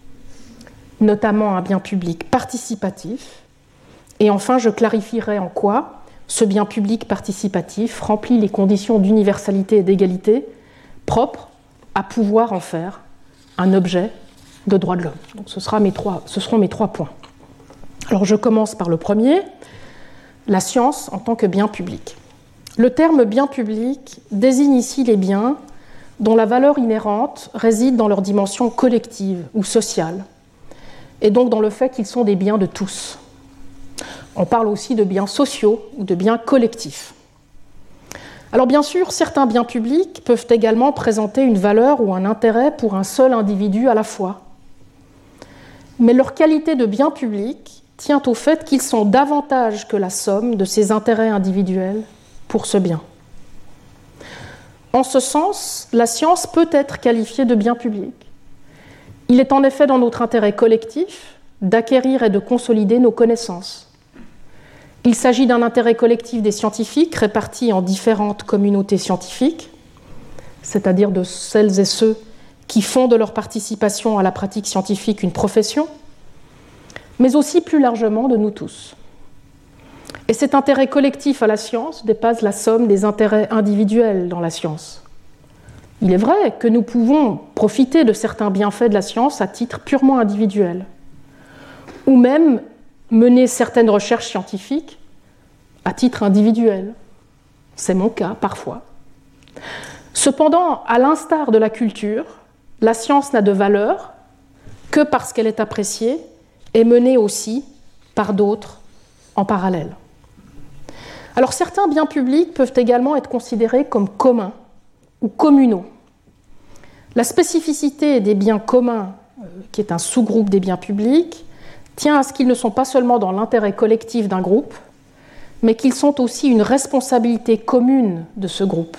notamment un bien public participatif, et enfin je clarifierai en quoi ce bien public participatif remplit les conditions d'universalité et d'égalité propres à pouvoir en faire un objet de droit de l'homme. Donc ce sera mes trois, ce seront mes trois points. Alors je commence par le premier, la science en tant que bien public. Le terme bien public désigne ici les biens dont la valeur inhérente réside dans leur dimension collective ou sociale, et donc dans le fait qu'ils sont des biens de tous. On parle aussi de biens sociaux ou de biens collectifs. Alors bien sûr, certains biens publics peuvent également présenter une valeur ou un intérêt pour un seul individu à la fois. Mais leur qualité de bien public tient au fait qu'ils sont davantage que la somme de ces intérêts individuels pour ce bien. En ce sens, la science peut être qualifiée de bien public. Il est en effet dans notre intérêt collectif d'acquérir et de consolider nos connaissances. Il s'agit d'un intérêt collectif des scientifiques répartis en différentes communautés scientifiques, c'est-à-dire de celles et ceux qui font de leur participation à la pratique scientifique une profession, mais aussi plus largement de nous tous. Et cet intérêt collectif à la science dépasse la somme des intérêts individuels dans la science. Il est vrai que nous pouvons profiter de certains bienfaits de la science à titre purement individuel, ou même mener certaines recherches scientifiques à titre individuel. C'est mon cas parfois. Cependant, à l'instar de la culture, la science n'a de valeur que parce qu'elle est appréciée et menée aussi par d'autres en parallèle. Alors certains biens publics peuvent également être considérés comme communs ou communaux. La spécificité des biens communs, qui est un sous-groupe des biens publics, tient à ce qu'ils ne sont pas seulement dans l'intérêt collectif d'un groupe, mais qu'ils sont aussi une responsabilité commune de ce groupe.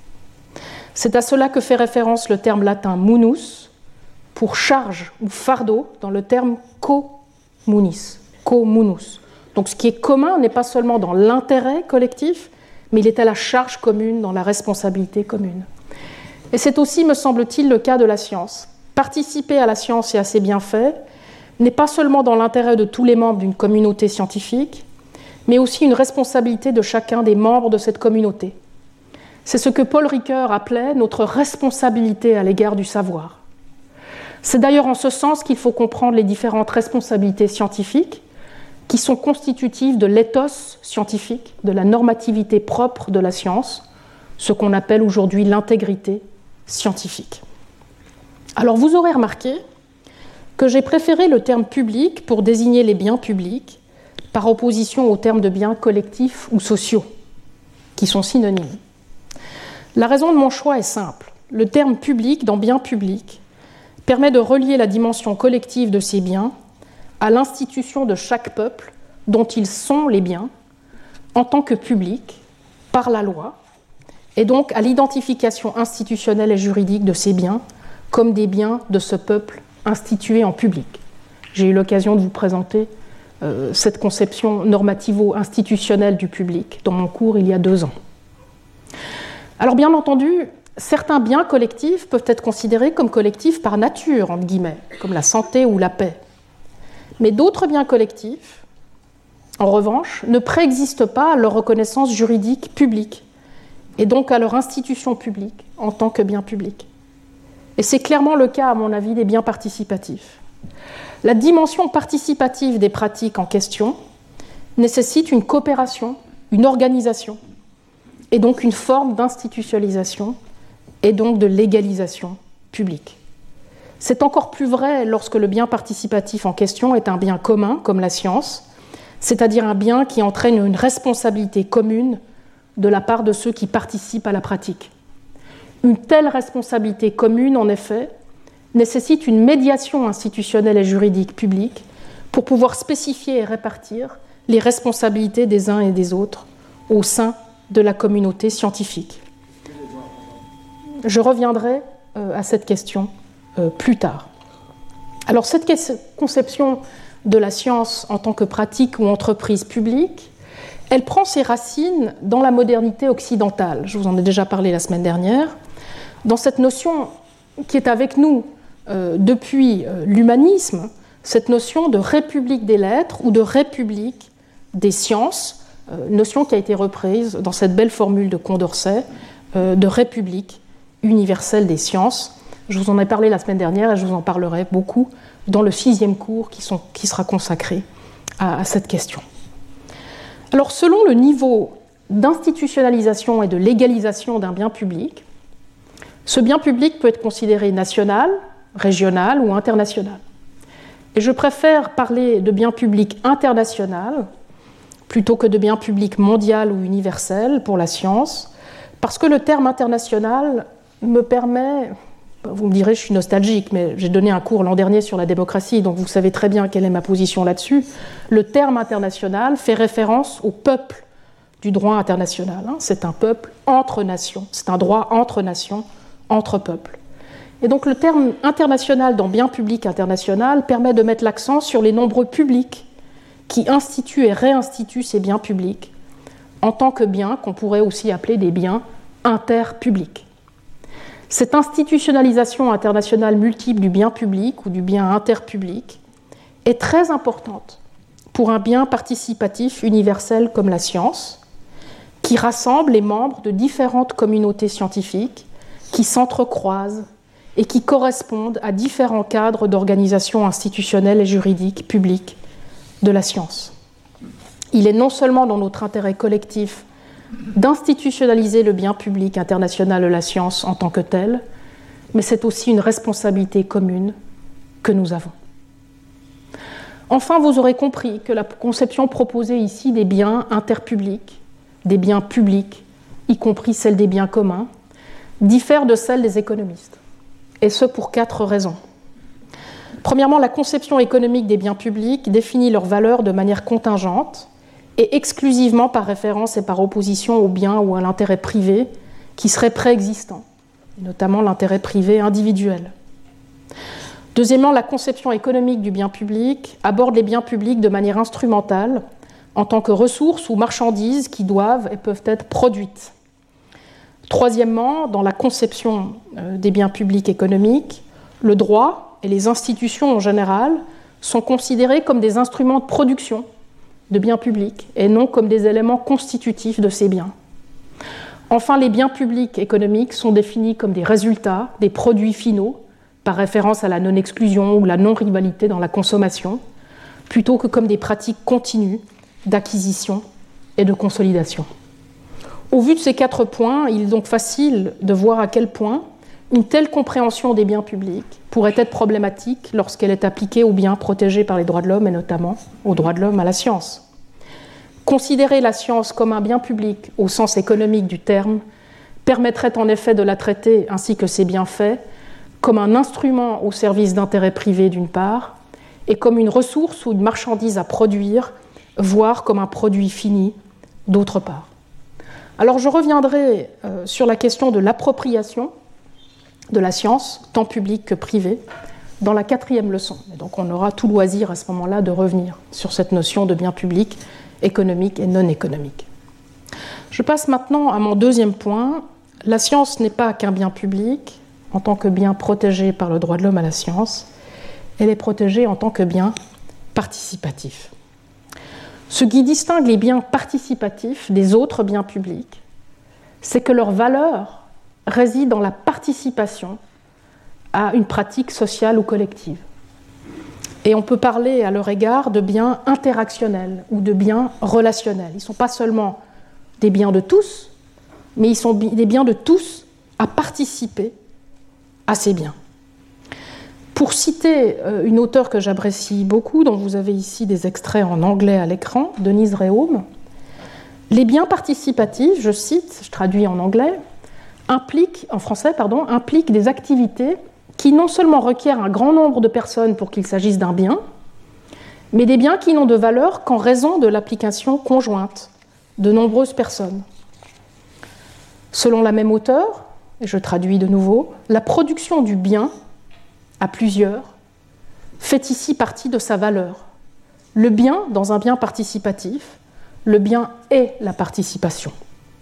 C'est à cela que fait référence le terme latin munus, pour charge ou fardeau, dans le terme communis, communus. Donc ce qui est commun n'est pas seulement dans l'intérêt collectif, mais il est à la charge commune, dans la responsabilité commune. Et c'est aussi, me semble-t-il, le cas de la science. Participer à la science et à ses bienfaits n'est pas seulement dans l'intérêt de tous les membres d'une communauté scientifique, mais aussi une responsabilité de chacun des membres de cette communauté. C'est ce que Paul Ricoeur appelait notre responsabilité à l'égard du savoir. C'est d'ailleurs en ce sens qu'il faut comprendre les différentes responsabilités scientifiques qui sont constitutives de l'éthos scientifique, de la normativité propre de la science, ce qu'on appelle aujourd'hui l'intégrité scientifique. Alors vous aurez remarqué que j'ai préféré le terme public pour désigner les biens publics par opposition au terme de biens collectifs ou sociaux, qui sont synonymes. La raison de mon choix est simple. Le terme public dans bien public permet de relier la dimension collective de ces biens à l'institution de chaque peuple dont ils sont les biens en tant que public par la loi et donc à l'identification institutionnelle et juridique de ces biens comme des biens de ce peuple institués en public. J'ai eu l'occasion de vous présenter euh, cette conception normativo-institutionnelle du public dans mon cours il y a deux ans. Alors bien entendu, certains biens collectifs peuvent être considérés comme collectifs par nature, entre guillemets, comme la santé ou la paix. Mais d'autres biens collectifs, en revanche, ne préexistent pas à leur reconnaissance juridique publique et donc à leur institution publique en tant que bien public. Et c'est clairement le cas, à mon avis, des biens participatifs. La dimension participative des pratiques en question nécessite une coopération, une organisation, et donc une forme d'institutionnalisation et donc de légalisation publique. C'est encore plus vrai lorsque le bien participatif en question est un bien commun, comme la science, c'est-à-dire un bien qui entraîne une responsabilité commune de la part de ceux qui participent à la pratique. Une telle responsabilité commune, en effet, nécessite une médiation institutionnelle et juridique publique pour pouvoir spécifier et répartir les responsabilités des uns et des autres au sein de la communauté scientifique. Je reviendrai à cette question plus tard. Alors cette conception de la science en tant que pratique ou entreprise publique, elle prend ses racines dans la modernité occidentale. Je vous en ai déjà parlé la semaine dernière. Dans cette notion qui est avec nous euh, depuis euh, l'humanisme, cette notion de république des lettres ou de république des sciences, euh, notion qui a été reprise dans cette belle formule de Condorcet euh, de république universelle des sciences. Je vous en ai parlé la semaine dernière et je vous en parlerai beaucoup dans le sixième cours qui, sont, qui sera consacré à, à cette question. Alors, selon le niveau d'institutionnalisation et de légalisation d'un bien public, ce bien public peut être considéré national, régional ou international. Et je préfère parler de bien public international plutôt que de bien public mondial ou universel pour la science, parce que le terme international me permet, vous me direz je suis nostalgique, mais j'ai donné un cours l'an dernier sur la démocratie, donc vous savez très bien quelle est ma position là-dessus. Le terme international fait référence au peuple du droit international. C'est un peuple entre nations, c'est un droit entre nations, entre peuples. Et donc le terme international dans bien public international permet de mettre l'accent sur les nombreux publics qui instituent et réinstituent ces biens publics en tant que biens qu'on pourrait aussi appeler des biens interpublics. Cette institutionnalisation internationale multiple du bien public ou du bien interpublic est très importante pour un bien participatif universel comme la science, qui rassemble les membres de différentes communautés scientifiques qui s'entrecroisent et qui correspondent à différents cadres d'organisation institutionnelle et juridique publique de la science. Il est non seulement dans notre intérêt collectif d'institutionnaliser le bien public international de la science en tant que tel, mais c'est aussi une responsabilité commune que nous avons. Enfin, vous aurez compris que la conception proposée ici des biens interpublics, des biens publics, y compris celle des biens communs, diffère de celle des économistes, et ce pour quatre raisons. Premièrement, la conception économique des biens publics définit leur valeur de manière contingente et exclusivement par référence et par opposition au bien ou à l'intérêt privé qui serait préexistant, notamment l'intérêt privé individuel. Deuxièmement, la conception économique du bien public aborde les biens publics de manière instrumentale, en tant que ressources ou marchandises qui doivent et peuvent être produites. Troisièmement, dans la conception des biens publics économiques, le droit et les institutions en général sont considérés comme des instruments de production de biens publics et non comme des éléments constitutifs de ces biens. Enfin, les biens publics économiques sont définis comme des résultats, des produits finaux, par référence à la non-exclusion ou la non-rivalité dans la consommation, plutôt que comme des pratiques continues d'acquisition et de consolidation. Au vu de ces quatre points, il est donc facile de voir à quel point une telle compréhension des biens publics pourrait être problématique lorsqu'elle est appliquée aux biens protégés par les droits de l'homme et notamment aux droits de l'homme à la science. Considérer la science comme un bien public au sens économique du terme permettrait en effet de la traiter, ainsi que ses bienfaits, comme un instrument au service d'intérêts privés d'une part et comme une ressource ou une marchandise à produire, voire comme un produit fini d'autre part. Alors je reviendrai euh, sur la question de l'appropriation de la science, tant publique que privée, dans la quatrième leçon. Et donc on aura tout loisir à ce moment-là de revenir sur cette notion de bien public, économique et non économique. Je passe maintenant à mon deuxième point. La science n'est pas qu'un bien public, en tant que bien protégé par le droit de l'homme à la science, elle est protégée en tant que bien participatif. Ce qui distingue les biens participatifs des autres biens publics, c'est que leur valeur réside dans la participation à une pratique sociale ou collective. Et on peut parler à leur égard de biens interactionnels ou de biens relationnels. Ils ne sont pas seulement des biens de tous, mais ils sont des biens de tous à participer à ces biens. Pour citer une auteure que j'apprécie beaucoup, dont vous avez ici des extraits en anglais à l'écran, Denise Rehaume, les biens participatifs, je cite, je traduis en anglais, impliquent, en français, pardon, impliquent des activités qui non seulement requièrent un grand nombre de personnes pour qu'il s'agisse d'un bien, mais des biens qui n'ont de valeur qu'en raison de l'application conjointe de nombreuses personnes. Selon la même auteure, et je traduis de nouveau, la production du bien, à plusieurs, fait ici partie de sa valeur. Le bien, dans un bien participatif, le bien est la participation.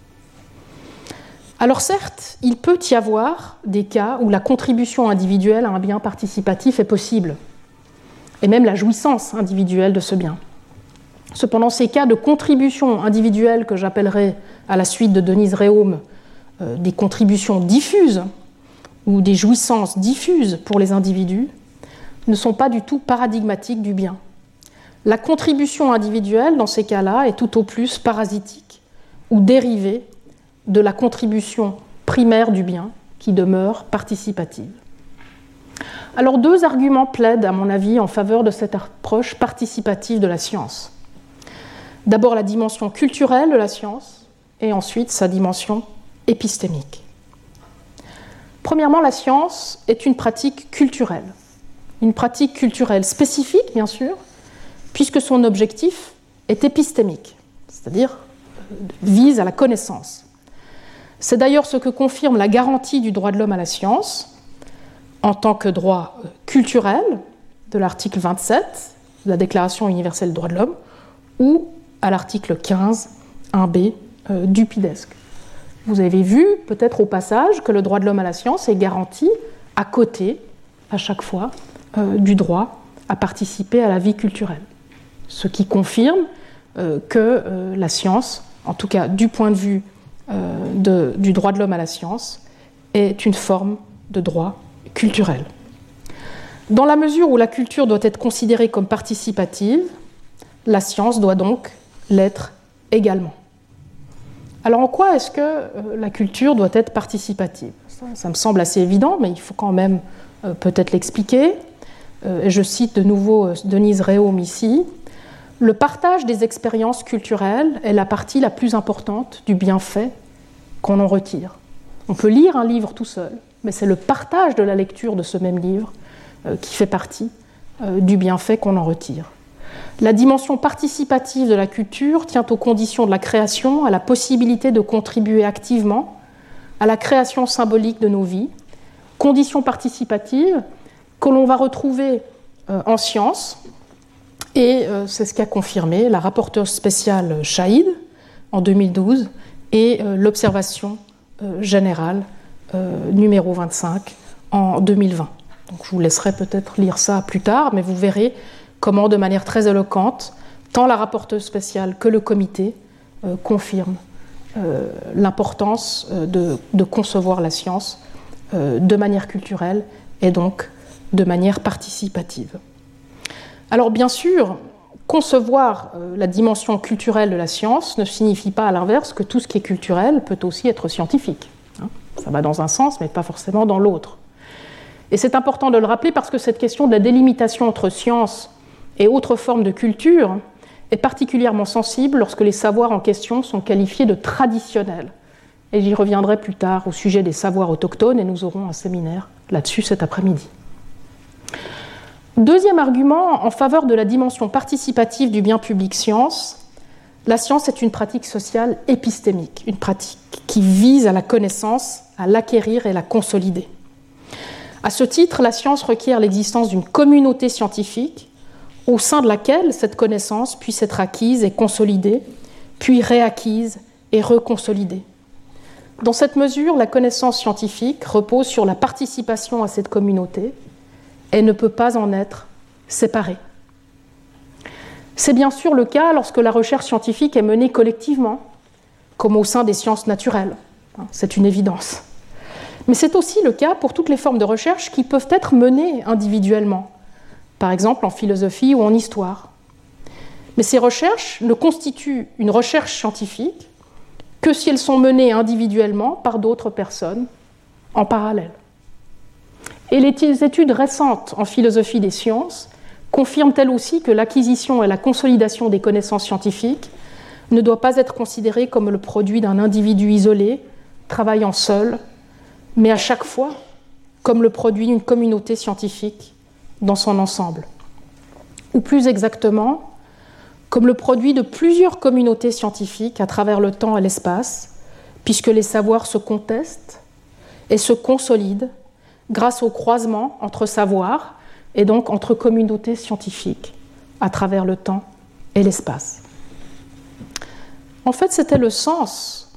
Alors certes, il peut y avoir des cas où la contribution individuelle à un bien participatif est possible, et même la jouissance individuelle de ce bien. Cependant, ces cas de contribution individuelle que j'appellerai, à la suite de Denise Rehaume, euh, des contributions diffuses ou des jouissances diffuses pour les individus, ne sont pas du tout paradigmatiques du bien. La contribution individuelle, dans ces cas-là, est tout au plus parasitique ou dérivée de la contribution primaire du bien, qui demeure participative. Alors deux arguments plaident, à mon avis, en faveur de cette approche participative de la science. D'abord la dimension culturelle de la science, et ensuite sa dimension épistémique. Premièrement, la science est une pratique culturelle. Une pratique culturelle spécifique, bien sûr, puisque son objectif est épistémique, c'est-à-dire vise à la connaissance. C'est d'ailleurs ce que confirme la garantie du droit de l'homme à la science, en tant que droit culturel de l'article vingt-sept de la Déclaration universelle des droits de l'homme ou à l'article quinze, un B euh, du P I D E S C. Vous avez vu peut-être au passage que le droit de l'homme à la science est garanti à côté, à chaque fois, euh, du droit à participer à la vie culturelle. Ce qui confirme euh, que euh, la science, en tout cas du point de vue euh, de, du droit de l'homme à la science, est une forme de droit culturel. Dans la mesure où la culture doit être considérée comme participative, la science doit donc l'être également. Alors en quoi est-ce que euh, la culture doit être participative ? ça, ça me semble assez évident, mais il faut quand même euh, peut-être l'expliquer. Euh, et je cite de nouveau euh, Denise Rhéaume ici. « Le partage des expériences culturelles est la partie la plus importante du bienfait qu'on en retire. On peut lire un livre tout seul, mais c'est le partage de la lecture de ce même livre euh, qui fait partie euh, du bienfait qu'on en retire. La dimension participative de la culture tient aux conditions de la création, à la possibilité de contribuer activement à la création symbolique de nos vies, conditions participatives que l'on va retrouver euh, en sciences, et euh, c'est ce qu'a confirmé la rapporteure spéciale Chahid en deux mille douze et euh, l'observation euh, générale euh, numéro vingt-cinq en deux mille vingt. Donc, je vous laisserai peut-être lire ça plus tard, mais vous verrez comment, de manière très éloquente, tant la rapporteuse spéciale que le comité euh, confirment euh, l'importance euh, de, de concevoir la science euh, de manière culturelle et donc de manière participative. Alors bien sûr, concevoir euh, la dimension culturelle de la science ne signifie pas à l'inverse que tout ce qui est culturel peut aussi être scientifique. Hein, ça va dans un sens, mais pas forcément dans l'autre. Et c'est important de le rappeler parce que cette question de la délimitation entre science et autres formes de culture est particulièrement sensible lorsque les savoirs en question sont qualifiés de traditionnels. Et j'y reviendrai plus tard au sujet des savoirs autochtones et nous aurons un séminaire là-dessus cet après-midi. Deuxième argument en faveur de la dimension participative du bien public science, la science est une pratique sociale épistémique, une pratique qui vise à la connaissance, à l'acquérir et la consolider. À ce titre, la science requiert l'existence d'une communauté scientifique au sein de laquelle cette connaissance puisse être acquise et consolidée, puis réacquise et reconsolidée. Dans cette mesure, la connaissance scientifique repose sur la participation à cette communauté et ne peut pas en être séparée. C'est bien sûr le cas lorsque la recherche scientifique est menée collectivement, comme au sein des sciences naturelles. C'est une évidence. Mais c'est aussi le cas pour toutes les formes de recherche qui peuvent être menées individuellement, par exemple en philosophie ou en histoire. Mais ces recherches ne constituent une recherche scientifique que si elles sont menées individuellement par d'autres personnes en parallèle. Et les études récentes en philosophie des sciences confirment elles aussi que l'acquisition et la consolidation des connaissances scientifiques ne doit pas être considérée comme le produit d'un individu isolé, travaillant seul, mais à chaque fois comme le produit d'une communauté scientifique dans son ensemble. Ou plus exactement, comme le produit de plusieurs communautés scientifiques à travers le temps et l'espace, puisque les savoirs se contestent et se consolident grâce au croisement entre savoirs et donc entre communautés scientifiques à travers le temps et l'espace. En fait, c'était le sens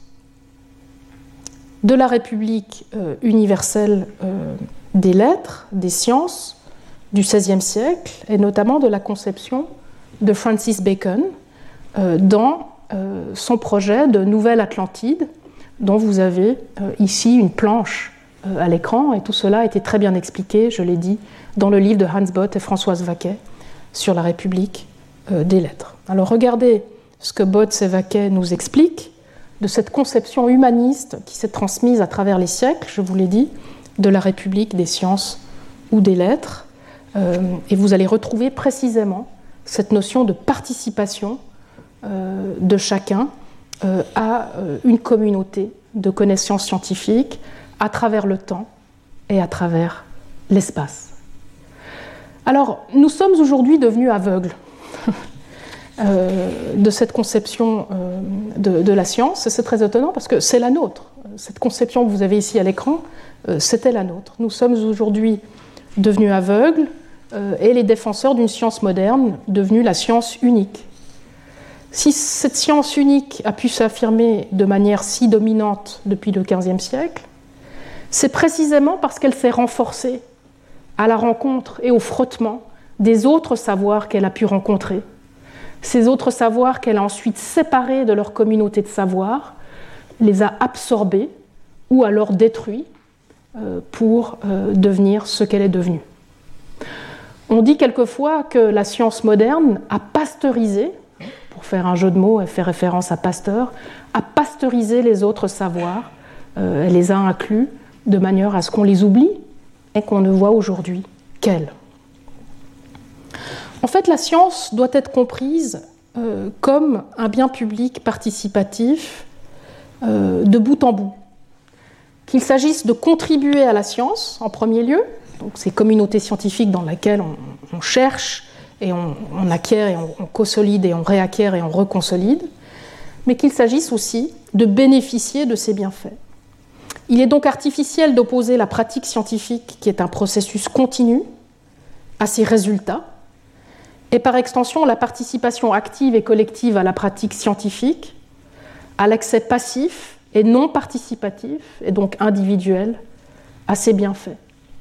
de la République euh, universelle euh, des lettres, des sciences du seizième siècle, et notamment de la conception de Francis Bacon euh, dans euh, son projet de Nouvelle Atlantide, dont vous avez euh, ici une planche euh, à l'écran, et tout cela a été très bien expliqué, je l'ai dit, dans le livre de Hans Bott et Françoise Vaquet sur la République euh, des lettres. Alors regardez ce que Bott et Vaquet nous expliquent de cette conception humaniste qui s'est transmise à travers les siècles, je vous l'ai dit, de la République des sciences ou des lettres, euh, et vous allez retrouver précisément cette notion de participation euh, de chacun euh, à euh, une communauté de connaissances scientifiques à travers le temps et à travers l'espace. Alors, nous sommes aujourd'hui devenus aveugles euh, de cette conception euh, de, de la science, et c'est très étonnant parce que c'est la nôtre. Cette conception que vous avez ici à l'écran, euh, c'était la nôtre. Nous sommes aujourd'hui devenue aveugle, euh, et les défenseurs d'une science moderne devenue la science unique. Si cette science unique a pu s'affirmer de manière si dominante depuis le quinzième siècle, c'est précisément parce qu'elle s'est renforcée à la rencontre et au frottement des autres savoirs qu'elle a pu rencontrer, ces autres savoirs qu'elle a ensuite séparés de leur communauté de savoirs, les a absorbés ou alors détruits euh, pour euh, devenir ce qu'elle est devenue. On dit quelquefois que la science moderne a pasteurisé, pour faire un jeu de mots et faire référence à Pasteur, a pasteurisé les autres savoirs, euh, elle les a inclus de manière à ce qu'on les oublie et qu'on ne voit aujourd'hui qu'elles. En fait, la science doit être comprise euh, comme un bien public participatif euh, de bout en bout. Qu'il s'agisse de contribuer à la science en premier lieu, donc ces communautés scientifiques dans lesquelles on, on cherche et on, on acquiert et on, on consolide et on réacquiert et on reconsolide, mais qu'il s'agisse aussi de bénéficier de ces bienfaits. Il est donc artificiel d'opposer la pratique scientifique, qui est un processus continu, à ses résultats, et par extension la participation active et collective à la pratique scientifique, à l'accès passif et non participatif, et donc individuel, à ses bienfaits.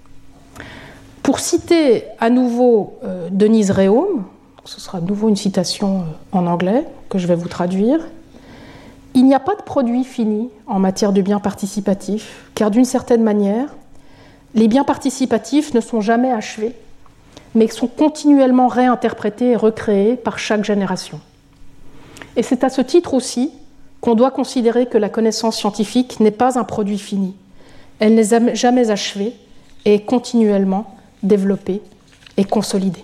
Pour citer à nouveau euh, Denise Rhéaume, ce sera à nouveau une citation euh, en anglais que je vais vous traduire, il n'y a pas de produit fini en matière de biens participatifs, car d'une certaine manière, les biens participatifs ne sont jamais achevés, mais sont continuellement réinterprétés et recréés par chaque génération. Et c'est à ce titre aussi qu'on doit considérer que la connaissance scientifique n'est pas un produit fini. Elle n'est jamais achevée et est continuellement développée et consolidée.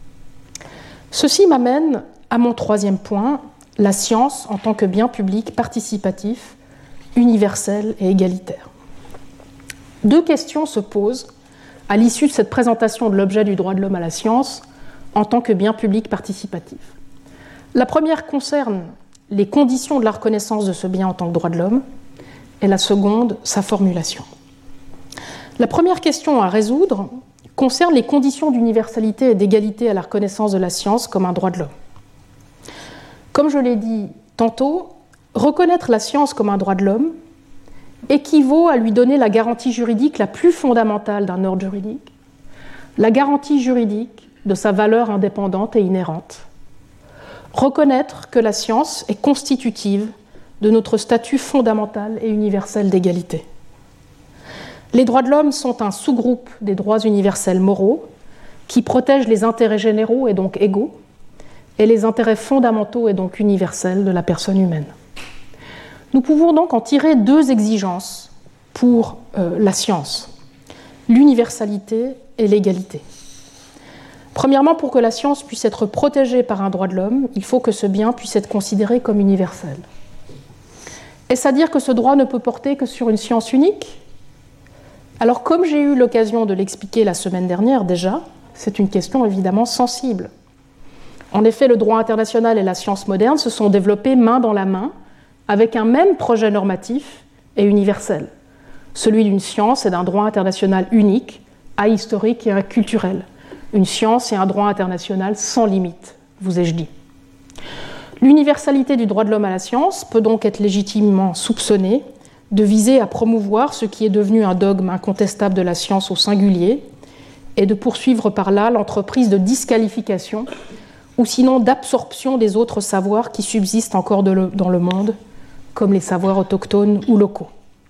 Ceci m'amène à mon troisième point, la science en tant que bien public participatif, universel et égalitaire. Deux questions se posent à l'issue de cette présentation de l'objet du droit de l'homme à la science en tant que bien public participatif. La première concerne les conditions de la reconnaissance de ce bien en tant que droit de l'homme, et la seconde, sa formulation. La première question à résoudre concerne les conditions d'universalité et d'égalité à la reconnaissance de la science comme un droit de l'homme. Comme je l'ai dit tantôt, reconnaître la science comme un droit de l'homme équivaut à lui donner la garantie juridique la plus fondamentale d'un ordre juridique, la garantie juridique de sa valeur indépendante et inhérente. Reconnaître que la science est constitutive de notre statut fondamental et universel d'égalité. Les droits de l'homme sont un sous-groupe des droits universels moraux qui protègent les intérêts généraux et donc égaux et les intérêts fondamentaux et donc universels de la personne humaine. Nous pouvons donc en tirer deux exigences pour euh, la science, l'universalité et l'égalité. Premièrement, pour que la science puisse être protégée par un droit de l'homme, il faut que ce bien puisse être considéré comme universel. Est-ce à dire que ce droit ne peut porter que sur une science unique ? Alors, comme j'ai eu l'occasion de l'expliquer la semaine dernière déjà, c'est une question évidemment sensible. En effet, le droit international et la science moderne se sont développés main dans la main avec un même projet normatif et universel, celui d'une science et d'un droit international unique, ahistorique et culturel. Une science et un droit international sans limite, vous ai-je dit. L'universalité du droit de l'homme à la science peut donc être légitimement soupçonnée de viser à promouvoir ce qui est devenu un dogme incontestable de la science au singulier et de poursuivre par là l'entreprise de disqualification ou sinon d'absorption des autres savoirs qui subsistent encore de le, dans le monde, comme les savoirs autochtones ou locaux.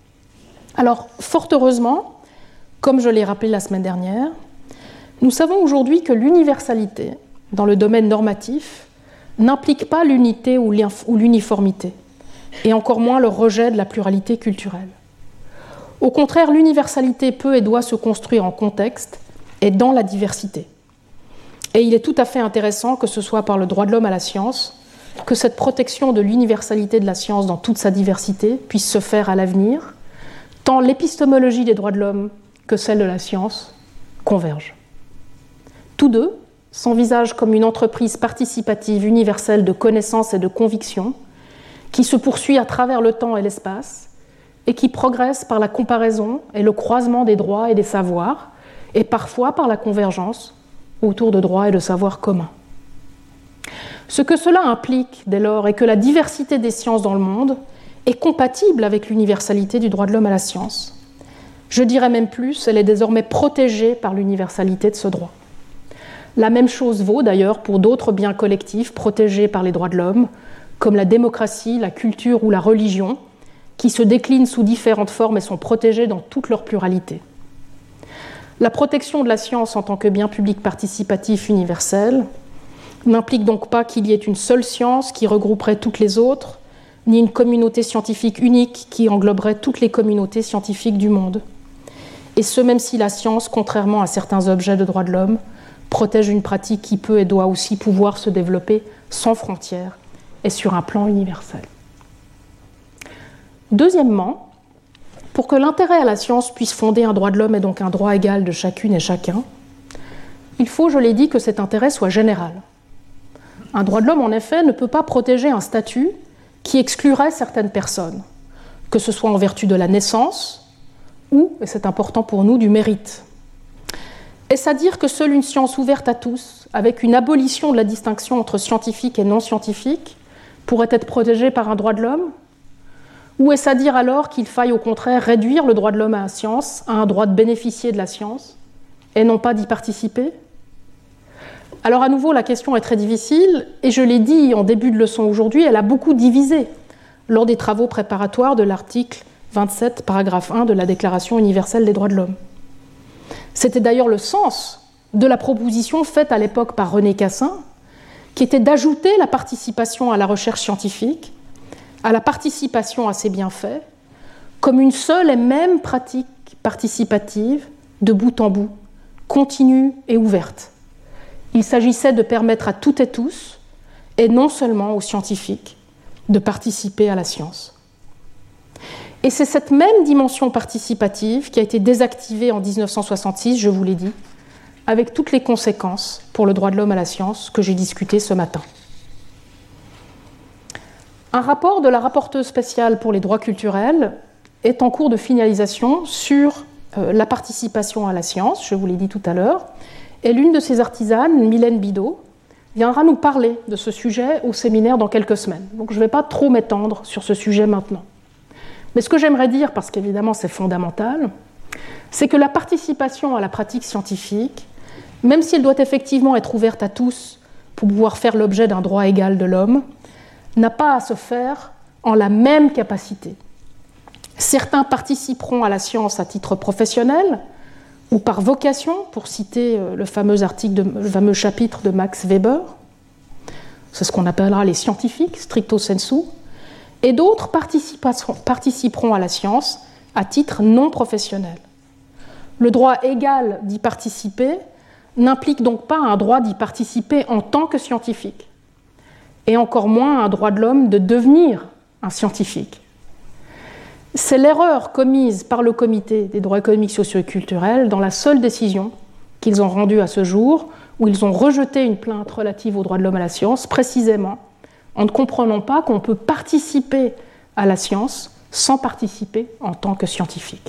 Alors, fort heureusement, comme je l'ai rappelé la semaine dernière, nous savons aujourd'hui que l'universalité, dans le domaine normatif, n'implique pas l'unité ou l'uniformité, et encore moins le rejet de la pluralité culturelle. Au contraire, l'universalité peut et doit se construire en contexte et dans la diversité. Et il est tout à fait intéressant que ce soit par le droit de l'homme à la science que cette protection de l'universalité de la science dans toute sa diversité puisse se faire à l'avenir, tant l'épistémologie des droits de l'homme que celle de la science convergent. Tous deux s'envisagent comme une entreprise participative universelle de connaissance et de conviction qui se poursuit à travers le temps et l'espace et qui progresse par la comparaison et le croisement des droits et des savoirs et parfois par la convergence autour de droits et de savoirs communs. Ce que cela implique, dès lors, est que la diversité des sciences dans le monde est compatible avec l'universalité du droit de l'homme à la science. Je dirais même plus, elle est désormais protégée par l'universalité de ce droit. La même chose vaut d'ailleurs pour d'autres biens collectifs protégés par les droits de l'homme, comme la démocratie, la culture ou la religion, qui se déclinent sous différentes formes et sont protégés dans toute leur pluralité. La protection de la science en tant que bien public participatif universel n'implique donc pas qu'il y ait une seule science qui regrouperait toutes les autres, ni une communauté scientifique unique qui engloberait toutes les communautés scientifiques du monde. Et ce, même si la science, contrairement à certains objets de droits de l'homme, protège une pratique qui peut et doit aussi pouvoir se développer sans frontières et sur un plan universel. Deuxièmement, pour que l'intérêt à la science puisse fonder un droit de l'homme et donc un droit égal de chacune et chacun, il faut, je l'ai dit, que cet intérêt soit général. Un droit de l'homme, en effet, ne peut pas protéger un statut qui exclurait certaines personnes, que ce soit en vertu de la naissance ou, et c'est important pour nous, du mérite. Est-ce à dire que seule une science ouverte à tous, avec une abolition de la distinction entre scientifique et non scientifique, pourrait être protégée par un droit de l'homme ? Ou est-ce à dire alors qu'il faille au contraire réduire le droit de l'homme à la science, à un droit de bénéficier de la science, et non pas d'y participer ? Alors à nouveau, la question est très difficile, et je l'ai dit en début de leçon aujourd'hui, elle a beaucoup divisé lors des travaux préparatoires de l'article vingt-sept, paragraphe un de la Déclaration universelle des droits de l'homme. C'était d'ailleurs le sens de la proposition faite à l'époque par René Cassin, qui était d'ajouter la participation à la recherche scientifique, à la participation à ses bienfaits, comme une seule et même pratique participative, de bout en bout, continue et ouverte. Il s'agissait de permettre à toutes et tous, et non seulement aux scientifiques, de participer à la science. Et c'est cette même dimension participative qui a été désactivée en dix-neuf cent soixante-six, je vous l'ai dit, avec toutes les conséquences pour le droit de l'homme à la science que j'ai discuté ce matin. Un rapport de la rapporteuse spéciale pour les droits culturels est en cours de finalisation sur euh, la participation à la science, je vous l'ai dit tout à l'heure, et l'une de ses artisanes, Mylène Bidot, viendra nous parler de ce sujet au séminaire dans quelques semaines. Donc je ne vais pas trop m'étendre sur ce sujet maintenant. Mais ce que j'aimerais dire, parce qu'évidemment c'est fondamental, c'est que la participation à la pratique scientifique, même si elle doit effectivement être ouverte à tous pour pouvoir faire l'objet d'un droit égal de l'homme, n'a pas à se faire en la même capacité. Certains participeront à la science à titre professionnel ou par vocation, pour citer le fameux, article de, le fameux chapitre de Max Weber, c'est ce qu'on appellera les scientifiques, stricto sensu, et d'autres participeront à la science à titre non professionnel. Le droit égal d'y participer n'implique donc pas un droit d'y participer en tant que scientifique, et encore moins un droit de l'homme de devenir un scientifique. C'est l'erreur commise par le Comité des droits économiques, sociaux et culturels dans la seule décision qu'ils ont rendue à ce jour, où ils ont rejeté une plainte relative aux droits de l'homme à la science, précisément en ne comprenant pas qu'on peut participer à la science sans participer en tant que scientifique.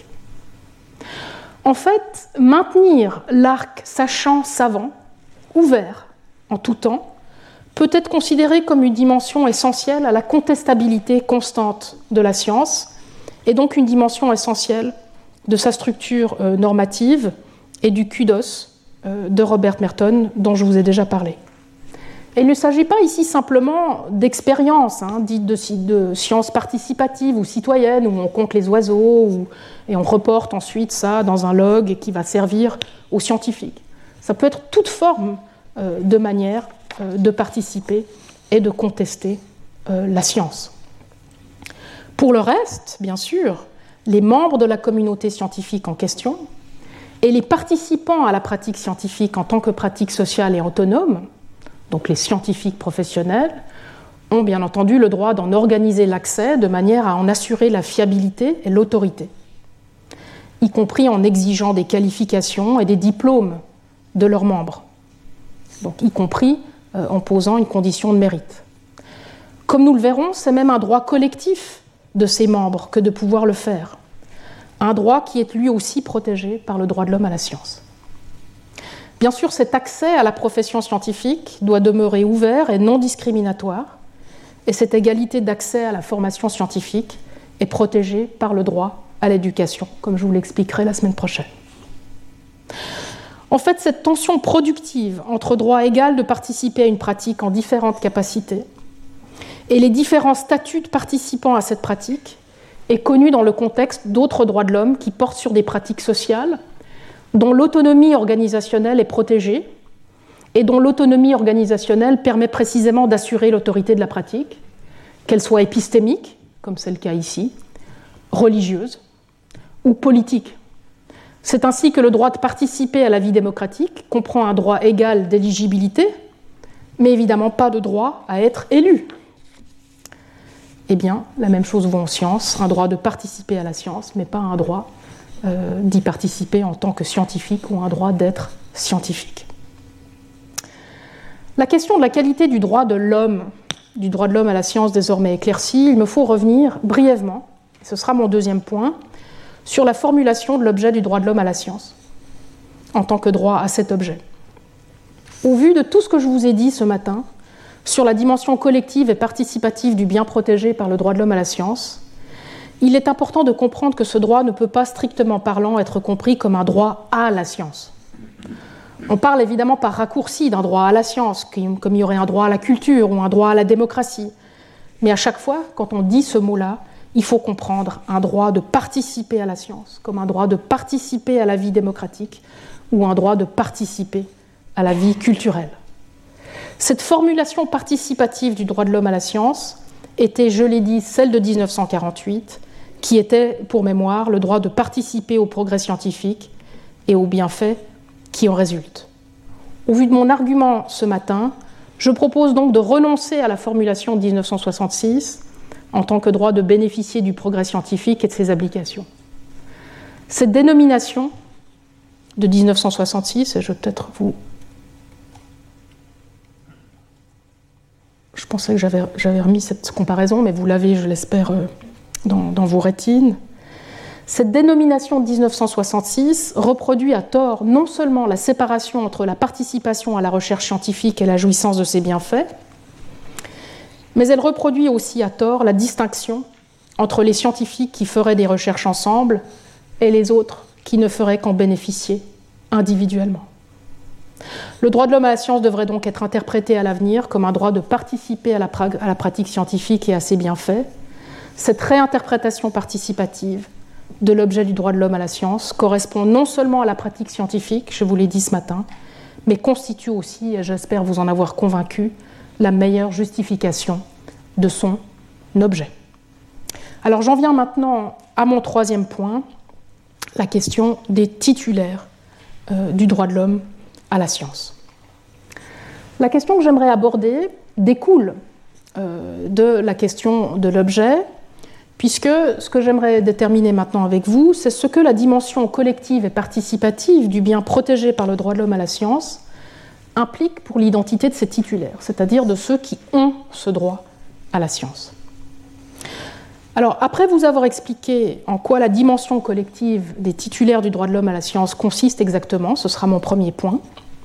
En fait, maintenir l'arc sachant-savant ouvert en tout temps peut être considéré comme une dimension essentielle à la contestabilité constante de la science, et donc une dimension essentielle de sa structure euh, normative et du kudos euh, de Robert Merton, dont je vous ai déjà parlé. Et il ne s'agit pas ici simplement d'expériences, hein, dites de, de sciences participatives ou citoyennes, où on compte les oiseaux ou, et on reporte ensuite ça dans un log qui va servir aux scientifiques. Ça peut être toute forme euh, de manière euh, de participer et de contester euh, la science. Pour le reste, bien sûr, les membres de la communauté scientifique en question et les participants à la pratique scientifique en tant que pratique sociale et autonome, donc les scientifiques professionnels, ont bien entendu le droit d'en organiser l'accès de manière à en assurer la fiabilité et l'autorité, y compris en exigeant des qualifications et des diplômes de leurs membres, donc y compris euh, en posant une condition de mérite. Comme nous le verrons, c'est même un droit collectif de ses membres que de pouvoir le faire. Un droit qui est lui aussi protégé par le droit de l'homme à la science. Bien sûr, cet accès à la profession scientifique doit demeurer ouvert et non discriminatoire, et cette égalité d'accès à la formation scientifique est protégée par le droit à l'éducation, comme je vous l'expliquerai la semaine prochaine. En fait, cette tension productive entre droit égal de participer à une pratique en différentes capacités et les différents statuts de participants à cette pratique est connue dans le contexte d'autres droits de l'homme qui portent sur des pratiques sociales dont l'autonomie organisationnelle est protégée et dont l'autonomie organisationnelle permet précisément d'assurer l'autorité de la pratique, qu'elle soit épistémique, comme c'est le cas ici, religieuse ou politique. C'est ainsi que le droit de participer à la vie démocratique comprend un droit égal d'éligibilité, mais évidemment pas de droit à être élu. Eh bien, la même chose vaut en science, un droit de participer à la science, mais pas un droit euh, d'y participer en tant que scientifique ou un droit d'être scientifique. La question de la qualité du droit de l'homme, du droit de l'homme à la science désormais éclaircie, il me faut revenir brièvement, et ce sera mon deuxième point, sur la formulation de l'objet du droit de l'homme à la science, en tant que droit à cet objet. Au vu de tout ce que je vous ai dit ce matin, sur la dimension collective et participative du bien protégé par le droit de l'homme à la science, il est important de comprendre que ce droit ne peut pas strictement parlant être compris comme un droit à la science. On parle évidemment par raccourci d'un droit à la science, comme il y aurait un droit à la culture ou un droit à la démocratie. Mais à chaque fois, quand on dit ce mot-là, il faut comprendre un droit de participer à la science, comme un droit de participer à la vie démocratique ou un droit de participer à la vie culturelle. Cette formulation participative du droit de l'homme à la science était, je l'ai dit, celle de dix-neuf cent quarante-huit, qui était, pour mémoire, le droit de participer au progrès scientifique et aux bienfaits qui en résultent. Au vu de mon argument ce matin, je propose donc de renoncer à la formulation de dix-neuf cent soixante-six en tant que droit de bénéficier du progrès scientifique et de ses applications. Cette dénomination de dix-neuf cent soixante-six, et je vais peut-être vous... Je pensais que j'avais, j'avais remis cette comparaison, mais vous l'avez, je l'espère, dans, dans vos rétines. Cette dénomination de dix-neuf cent soixante-six reproduit à tort non seulement la séparation entre la participation à la recherche scientifique et la jouissance de ses bienfaits, mais elle reproduit aussi à tort la distinction entre les scientifiques qui feraient des recherches ensemble et les autres qui ne feraient qu'en bénéficier individuellement. Le droit de l'homme à la science devrait donc être interprété à l'avenir comme un droit de participer à la, pra- à la pratique scientifique et à ses bienfaits. Cette réinterprétation participative de l'objet du droit de l'homme à la science correspond non seulement à la pratique scientifique, je vous l'ai dit ce matin, mais constitue aussi, et j'espère vous en avoir convaincu, la meilleure justification de son objet. Alors j'en viens maintenant à mon troisième point, la question des titulaires euh, du droit de l'homme à la science. La question que j'aimerais aborder découle euh, de la question de l'objet, puisque ce que j'aimerais déterminer maintenant avec vous, c'est ce que la dimension collective et participative du bien protégé par le droit de l'homme à la science implique pour l'identité de ses titulaires, c'est-à-dire de ceux qui ont ce droit à la science. Alors, après vous avoir expliqué en quoi la dimension collective des titulaires du droit de l'homme à la science consiste exactement, ce sera mon premier point,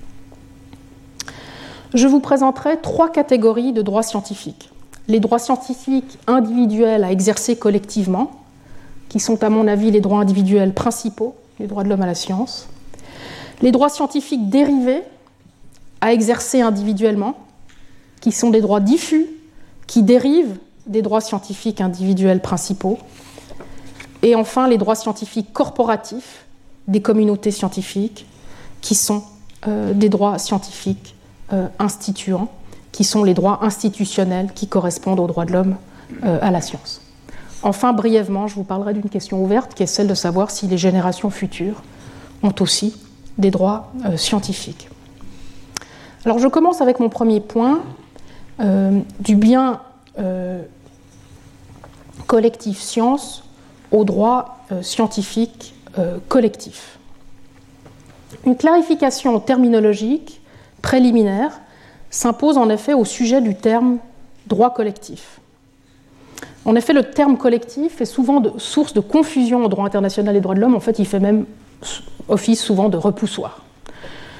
je vous présenterai trois catégories de droits scientifiques. Les droits scientifiques individuels à exercer collectivement, qui sont à mon avis les droits individuels principaux du droit de l'homme à la science. Les droits scientifiques dérivés à exercer individuellement, qui sont des droits diffus, qui dérivent des droits scientifiques individuels principaux. Et enfin, les droits scientifiques corporatifs des communautés scientifiques, qui sont euh, des droits scientifiques euh, instituants, qui sont les droits institutionnels qui correspondent aux droits de l'homme euh, à la science. Enfin, brièvement, je vous parlerai d'une question ouverte, qui est celle de savoir si les générations futures ont aussi des droits euh, scientifiques. Alors, je commence avec mon premier point, euh, du bien euh, collectif science au droit euh, scientifique euh, collectif. Une clarification terminologique préliminaire s'impose en effet au sujet du terme droit collectif. En effet, le terme collectif est souvent de, source de confusion au droit international des droits de l'homme. En fait, il fait même office souvent de repoussoir.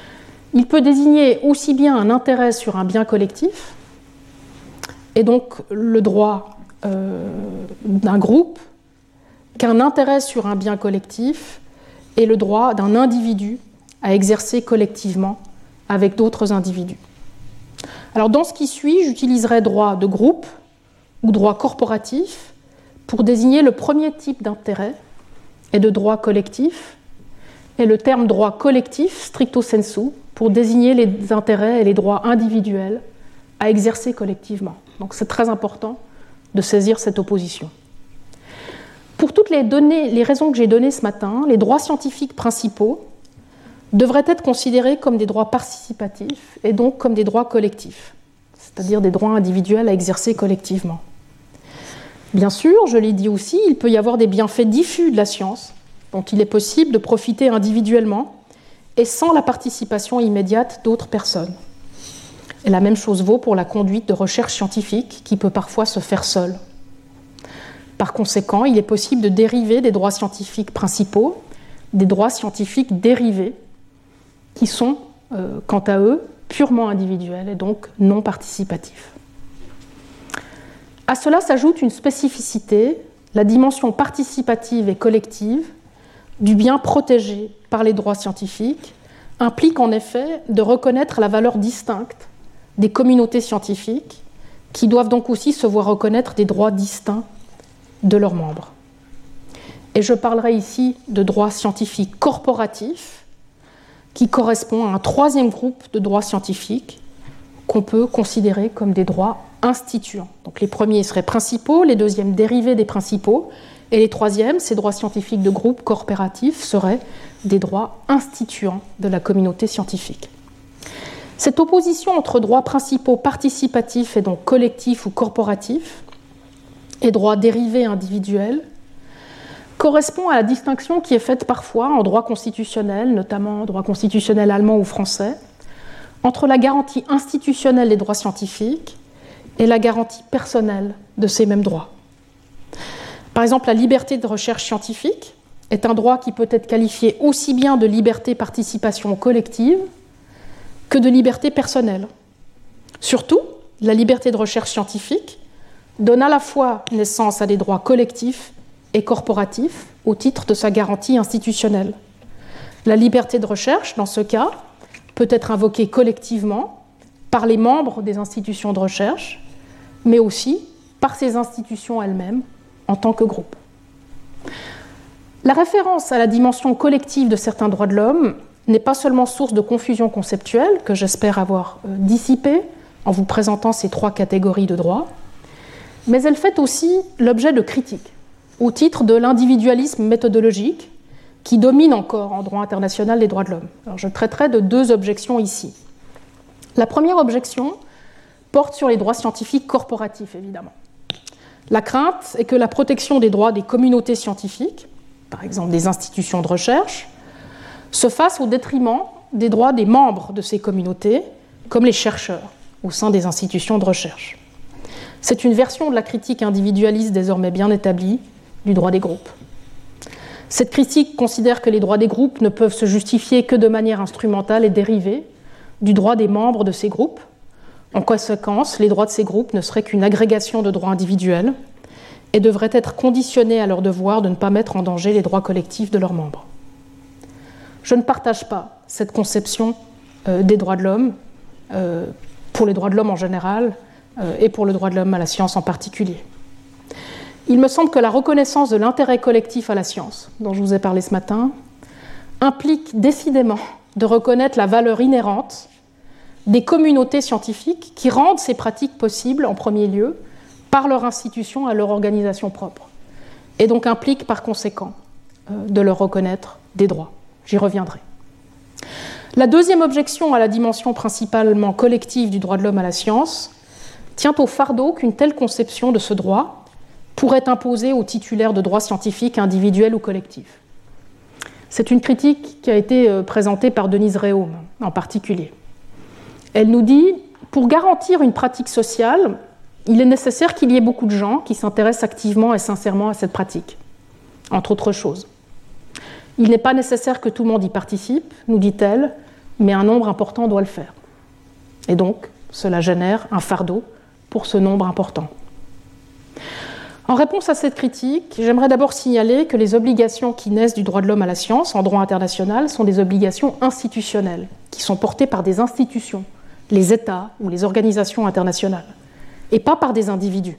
Il peut désigner aussi bien un intérêt sur un bien collectif, et donc le droit euh, d'un groupe, qu'un intérêt sur un bien collectif et le droit d'un individu à exercer collectivement avec d'autres individus. Alors dans ce qui suit, j'utiliserai droit de groupe ou droit corporatif pour désigner le premier type d'intérêt et de droit collectif, et le terme droit collectif, stricto sensu, pour désigner les intérêts et les droits individuels à exercer collectivement. Donc c'est très important de saisir cette opposition. Pour toutes les, données, les raisons que j'ai données ce matin, les droits scientifiques principaux devraient être considérés comme des droits participatifs et donc comme des droits collectifs, c'est-à-dire des droits individuels à exercer collectivement. Bien sûr, je l'ai dit aussi, il peut y avoir des bienfaits diffus de la science dont il est possible de profiter individuellement et sans la participation immédiate d'autres personnes. Et la même chose vaut pour la conduite de recherche scientifique qui peut parfois se faire seule. Par conséquent, il est possible de dériver des droits scientifiques principaux, des droits scientifiques dérivés, qui sont, euh, quant à eux, purement individuels et donc non participatifs. À cela s'ajoute une spécificité, la dimension participative et collective du bien protégé par les droits scientifiques implique en effet de reconnaître la valeur distincte des communautés scientifiques qui doivent donc aussi se voir reconnaître des droits distincts de leurs membres. Et je parlerai ici de droits scientifiques corporatifs qui correspond à un troisième groupe de droits scientifiques qu'on peut considérer comme des droits instituants. Donc les premiers seraient principaux, les deuxièmes dérivés des principaux, et les troisièmes, ces droits scientifiques de groupe corporatifs, seraient des droits instituants de la communauté scientifique. Cette opposition entre droits principaux participatifs et donc collectifs ou corporatifs et droits dérivés individuels correspond à la distinction qui est faite parfois en droit constitutionnel, notamment en droit constitutionnel allemand ou français, entre la garantie institutionnelle des droits scientifiques et la garantie personnelle de ces mêmes droits. Par exemple, la liberté de recherche scientifique est un droit qui peut être qualifié aussi bien de liberté participation collective que de liberté personnelle. Surtout, la liberté de recherche scientifique donne à la fois naissance à des droits collectifs et corporatifs au titre de sa garantie institutionnelle. La liberté de recherche, dans ce cas, peut être invoquée collectivement par les membres des institutions de recherche, mais aussi par ces institutions elles-mêmes en tant que groupe. La référence à la dimension collective de certains droits de l'homme n'est pas seulement source de confusion conceptuelle, que j'espère avoir euh, dissipée en vous présentant ces trois catégories de droits, mais elle fait aussi l'objet de critiques au titre de l'individualisme méthodologique qui domine encore en droit international les droits de l'homme. Alors, je traiterai de deux objections ici. La première objection porte sur les droits scientifiques corporatifs, évidemment. La crainte est que la protection des droits des communautés scientifiques, par exemple des institutions de recherche, se fasse au détriment des droits des membres de ces communautés, comme les chercheurs, au sein des institutions de recherche. C'est une version de la critique individualiste désormais bien établie du droit des groupes. Cette critique considère que les droits des groupes ne peuvent se justifier que de manière instrumentale et dérivée du droit des membres de ces groupes. En conséquence, les droits de ces groupes ne seraient qu'une agrégation de droits individuels et devraient être conditionnés à leur devoir de ne pas mettre en danger les droits collectifs de leurs membres. Je ne partage pas cette conception euh, des droits de l'homme, euh, pour les droits de l'homme en général euh, et pour le droit de l'homme à la science en particulier. Il me semble que la reconnaissance de l'intérêt collectif à la science, dont je vous ai parlé ce matin, implique décidément de reconnaître la valeur inhérente des communautés scientifiques qui rendent ces pratiques possibles en premier lieu par leur institution et leur organisation propre, et donc implique par conséquent euh, de leur reconnaître des droits. J'y reviendrai. La deuxième objection à la dimension principalement collective du droit de l'homme à la science tient au fardeau qu'une telle conception de ce droit pourrait imposer aux titulaires de droits scientifiques individuels ou collectifs. C'est une critique qui a été présentée par Denise Rhéaume en particulier. Elle nous dit « Pour garantir une pratique sociale, il est nécessaire qu'il y ait beaucoup de gens qui s'intéressent activement et sincèrement à cette pratique, entre autres choses. Il n'est pas nécessaire que tout le monde y participe, nous dit-elle, mais un nombre important doit le faire. Et donc, cela génère un fardeau pour ce nombre important. En réponse à cette critique, j'aimerais d'abord signaler que les obligations qui naissent du droit de l'homme à la science en droit international sont des obligations institutionnelles, qui sont portées par des institutions, les États ou les organisations internationales, et pas par des individus.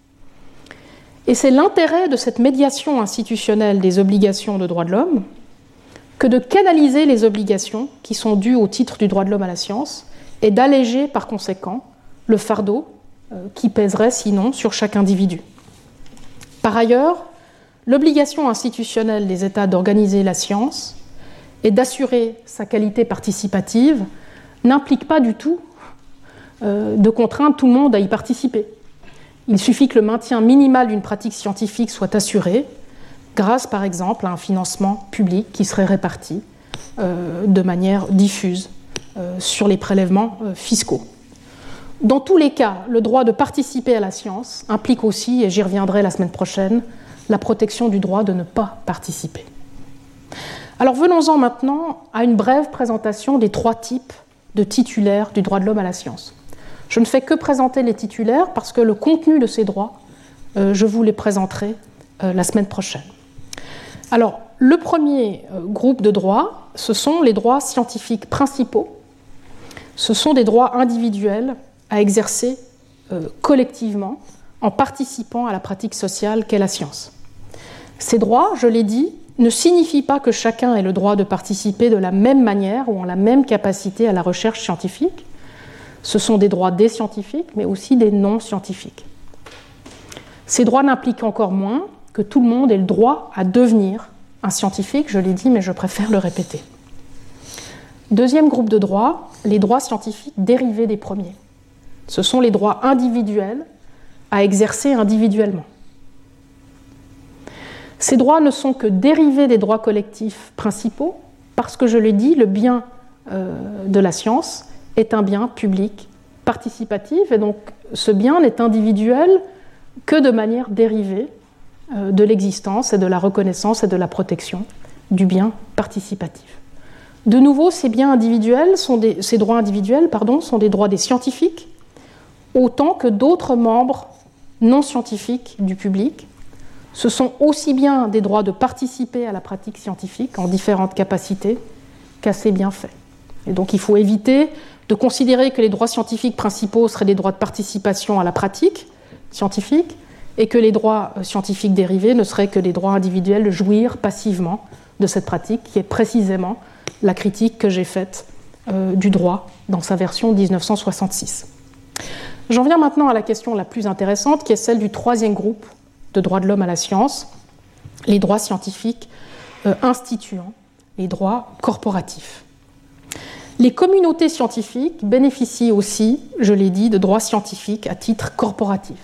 Et c'est l'intérêt de cette médiation institutionnelle des obligations de droit de l'homme que de canaliser les obligations qui sont dues au titre du droit de l'homme à la science et d'alléger par conséquent le fardeau qui pèserait sinon sur chaque individu. Par ailleurs, l'obligation institutionnelle des États d'organiser la science et d'assurer sa qualité participative n'implique pas du tout euh, de contraindre tout le monde à y participer. Il suffit que le maintien minimal d'une pratique scientifique soit assuré grâce, par exemple, à un financement public qui serait réparti euh, de manière diffuse euh, sur les prélèvements euh, fiscaux. Dans tous les cas, le droit de participer à la science implique aussi, et j'y reviendrai la semaine prochaine, la protection du droit de ne pas participer. Alors venons-en maintenant à une brève présentation des trois types de titulaires du droit de l'homme à la science. Je ne fais que présenter les titulaires parce que le contenu de ces droits, euh, je vous les présenterai euh, la semaine prochaine. Alors, le premier euh, groupe de droits, ce sont les droits scientifiques principaux. Ce sont des droits individuels à exercer euh, collectivement en participant à la pratique sociale qu'est la science. Ces droits, je l'ai dit, ne signifient pas que chacun ait le droit de participer de la même manière ou en la même capacité à la recherche scientifique. Ce sont des droits des scientifiques, mais aussi des non-scientifiques. Ces droits n'impliquent encore moins que tout le monde ait le droit à devenir un scientifique, je l'ai dit, mais je préfère le répéter. Deuxième groupe de droits, les droits scientifiques dérivés des premiers. Ce sont les droits individuels à exercer individuellement. Ces droits ne sont que dérivés des droits collectifs principaux parce que, je l'ai dit, le bien euh, de la science est un bien public participatif et donc ce bien n'est individuel que de manière dérivée euh, de l'existence et de la reconnaissance et de la protection du bien participatif. De nouveau, ces biens individuels, sont des, ces droits individuels pardon, sont des droits des scientifiques autant que d'autres membres non scientifiques du public. Ce sont aussi bien des droits de participer à la pratique scientifique en différentes capacités qu'à ses bienfaits. Et donc il faut éviter de considérer que les droits scientifiques principaux seraient des droits de participation à la pratique scientifique et que les droits scientifiques dérivés ne seraient que des droits individuels de jouir passivement de cette pratique, qui est précisément la critique que j'ai faite euh, du droit dans sa version dix-neuf cent soixante-six. J'en viens maintenant à la question la plus intéressante, qui est celle du troisième groupe de droits de l'homme à la science, les droits scientifiques euh, instituants, les droits corporatifs. Les communautés scientifiques bénéficient aussi, je l'ai dit, de droits scientifiques à titre corporatif.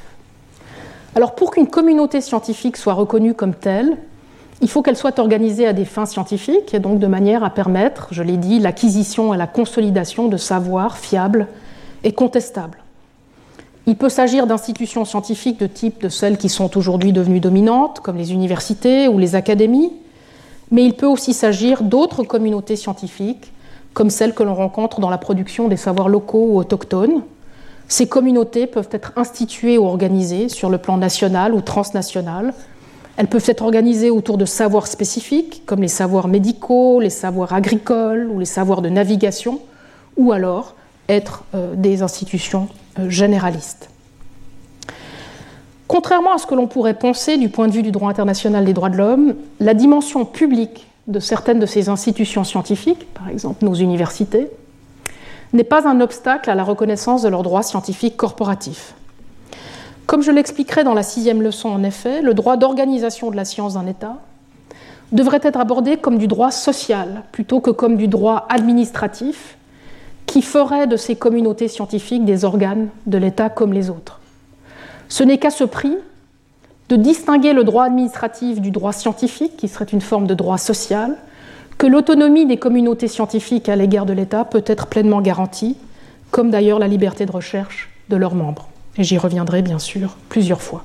Alors pour qu'une communauté scientifique soit reconnue comme telle, il faut qu'elle soit organisée à des fins scientifiques et donc de manière à permettre, je l'ai dit, l'acquisition et la consolidation de savoirs fiables et contestables. Il peut s'agir d'institutions scientifiques de type de celles qui sont aujourd'hui devenues dominantes, comme les universités ou les académies, mais il peut aussi s'agir d'autres communautés scientifiques, comme celles que l'on rencontre dans la production des savoirs locaux ou autochtones. Ces communautés peuvent être instituées ou organisées sur le plan national ou transnational. Elles peuvent être organisées autour de savoirs spécifiques, comme les savoirs médicaux, les savoirs agricoles ou les savoirs de navigation, ou alors être euh, des institutions euh, généralistes. Contrairement à ce que l'on pourrait penser du point de vue du droit international des droits de l'homme, la dimension publique de certaines de ces institutions scientifiques, par exemple nos universités, n'est pas un obstacle à la reconnaissance de leurs droits scientifiques corporatifs. Comme je l'expliquerai dans la sixième leçon, en effet, le droit d'organisation de la science d'un État devrait être abordé comme du droit social plutôt que comme du droit administratif qui ferait de ces communautés scientifiques des organes de l'État comme les autres. Ce n'est qu'à ce prix de distinguer le droit administratif du droit scientifique, qui serait une forme de droit social, que l'autonomie des communautés scientifiques à l'égard de l'État peut être pleinement garantie, comme d'ailleurs la liberté de recherche de leurs membres. Et j'y reviendrai bien sûr plusieurs fois.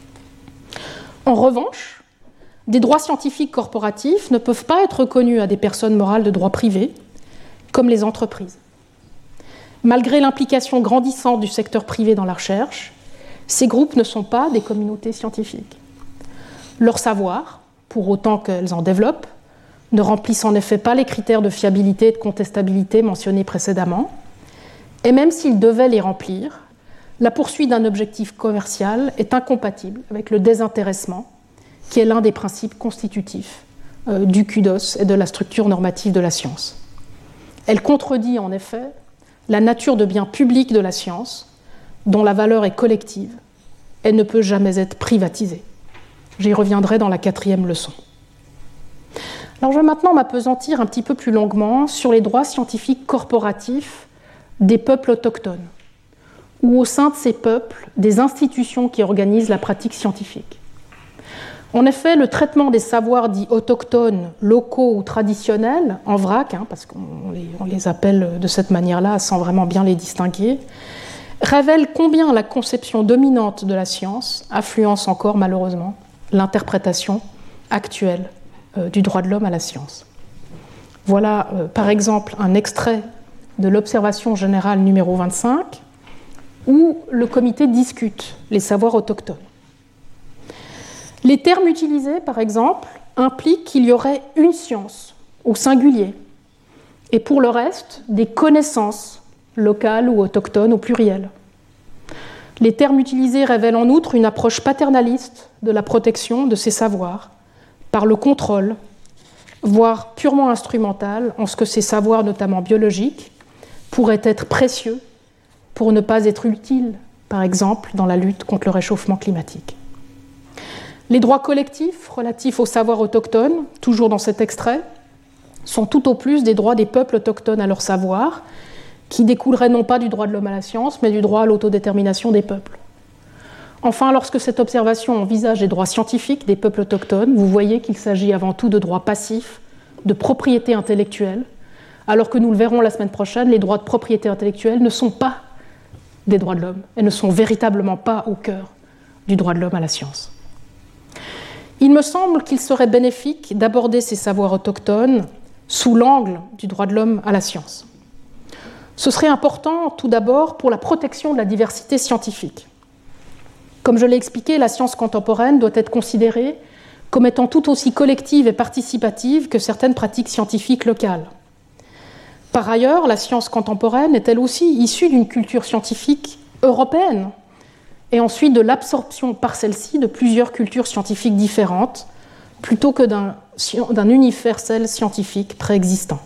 En revanche, des droits scientifiques corporatifs ne peuvent pas être reconnus à des personnes morales de droit privé comme les entreprises. Malgré l'implication grandissante du secteur privé dans la recherche, ces groupes ne sont pas des communautés scientifiques. Leur savoir, pour autant qu'elles en développent, ne remplissent en effet pas les critères de fiabilité et de contestabilité mentionnés précédemment, et même s'ils devaient les remplir, la poursuite d'un objectif commercial est incompatible avec le désintéressement, qui est l'un des principes constitutifs euh, du kudos et de la structure normative de la science. Elle contredit en effet la nature de bien public de la science, dont la valeur est collective. Elle ne peut jamais être privatisée. J'y reviendrai dans la quatrième leçon. Alors je vais maintenant m'appesantir un petit peu plus longuement sur les droits scientifiques corporatifs des peuples autochtones, ou au sein de ces peuples, des institutions qui organisent la pratique scientifique. En effet, le traitement des savoirs dits autochtones, locaux ou traditionnels, en vrac, hein, parce qu'on les, on les appelle de cette manière-là sans vraiment bien les distinguer, révèle combien la conception dominante de la science influence encore malheureusement l'interprétation actuelle euh, du droit de l'homme à la science. Voilà euh, par exemple un extrait de l'observation générale numéro vingt-cinq, où le comité discute les savoirs autochtones. Les termes utilisés, par exemple, impliquent qu'il y aurait une science, au singulier, et pour le reste, des connaissances locales ou autochtones au pluriel. Les termes utilisés révèlent en outre une approche paternaliste de la protection de ces savoirs, par le contrôle, voire purement instrumental, en ce que ces savoirs, notamment biologiques, pourraient être précieux pour ne pas être utiles, par exemple, dans la lutte contre le réchauffement climatique. Les droits collectifs relatifs aux savoirs autochtones, toujours dans cet extrait, sont tout au plus des droits des peuples autochtones à leur savoir, qui découleraient non pas du droit de l'homme à la science, mais du droit à l'autodétermination des peuples. Enfin, lorsque cette observation envisage les droits scientifiques des peuples autochtones, vous voyez qu'il s'agit avant tout de droits passifs, de propriété intellectuelle, alors que nous le verrons la semaine prochaine, les droits de propriété intellectuelle ne sont pas des droits de l'homme et ne sont véritablement pas au cœur du droit de l'homme à la science. Il me semble qu'il serait bénéfique d'aborder ces savoirs autochtones sous l'angle du droit de l'homme à la science. Ce serait important tout d'abord pour la protection de la diversité scientifique. Comme je l'ai expliqué, la science contemporaine doit être considérée comme étant tout aussi collective et participative que certaines pratiques scientifiques locales. Par ailleurs, la science contemporaine est elle aussi issue d'une culture scientifique européenne et ensuite de l'absorption par celle-ci de plusieurs cultures scientifiques différentes plutôt que d'un, d'un universel scientifique préexistant.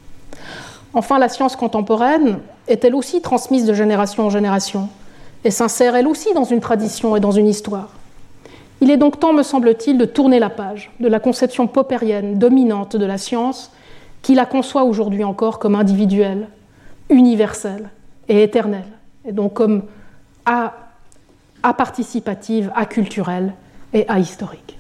Enfin, la science contemporaine est elle aussi transmise de génération en génération et s'insère elle aussi dans une tradition et dans une histoire. Il est donc temps, me semble-t-il, de tourner la page de la conception popérienne dominante de la science qui la conçoit aujourd'hui encore comme individuelle, universelle et éternelle, et donc comme à, à participative, à culturelle et à historique.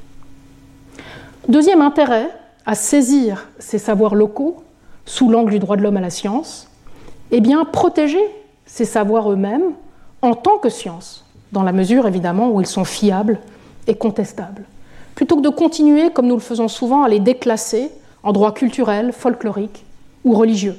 Deuxième intérêt à saisir ces savoirs locaux sous l'angle du droit de l'homme à la science, eh bien protéger ces savoirs eux-mêmes en tant que science, dans la mesure évidemment où ils sont fiables et contestables, plutôt que de continuer, comme nous le faisons souvent, à les déclasser en droit culturel, folklorique ou religieux.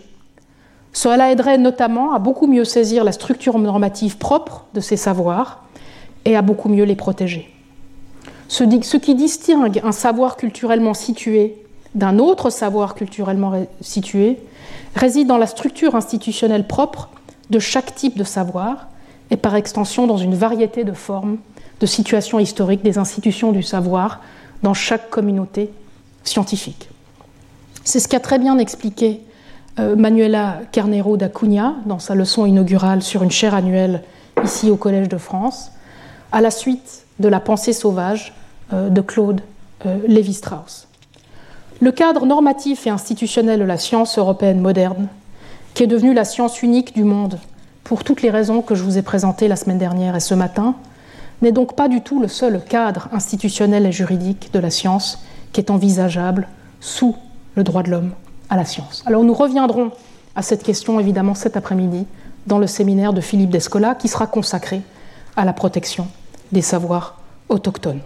Cela aiderait notamment à beaucoup mieux saisir la structure normative propre de ces savoirs et à beaucoup mieux les protéger. Ce qui distingue un savoir culturellement situé d'un autre savoir culturellement situé réside dans la structure institutionnelle propre de chaque type de savoir et par extension dans une variété de formes, de situations historiques des institutions du savoir dans chaque communauté scientifique. C'est ce qu'a très bien expliqué euh, Manuela Carneiro da Cunha dans sa leçon inaugurale sur une chaire annuelle ici au Collège de France, à la suite de La pensée sauvage euh, de Claude euh, Lévi-Strauss. Le cadre normatif et institutionnel de la science européenne moderne, qui est devenue la science unique du monde pour toutes les raisons que je vous ai présentées la semaine dernière et ce matin, n'est donc pas du tout le seul cadre institutionnel et juridique de la science qui est envisageable sous le droit de l'homme à la science. Alors nous reviendrons à cette question évidemment cet après-midi dans le séminaire de Philippe Descola qui sera consacré à la protection des savoirs autochtones.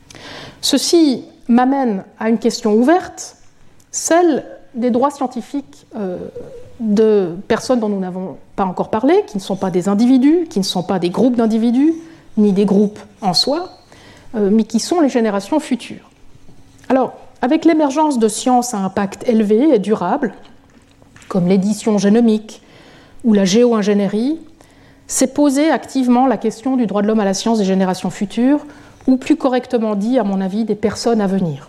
Ceci m'amène à une question ouverte, celle des droits scientifiques euh, de personnes dont nous n'avons pas encore parlé, qui ne sont pas des individus, qui ne sont pas des groupes d'individus, ni des groupes en soi, euh, mais qui sont les générations futures. Alors, avec l'émergence de sciences à impact élevé et durable, comme l'édition génomique ou la géo-ingénierie, s'est posée activement la question du droit de l'homme à la science des générations futures, ou plus correctement dit, à mon avis, des personnes à venir.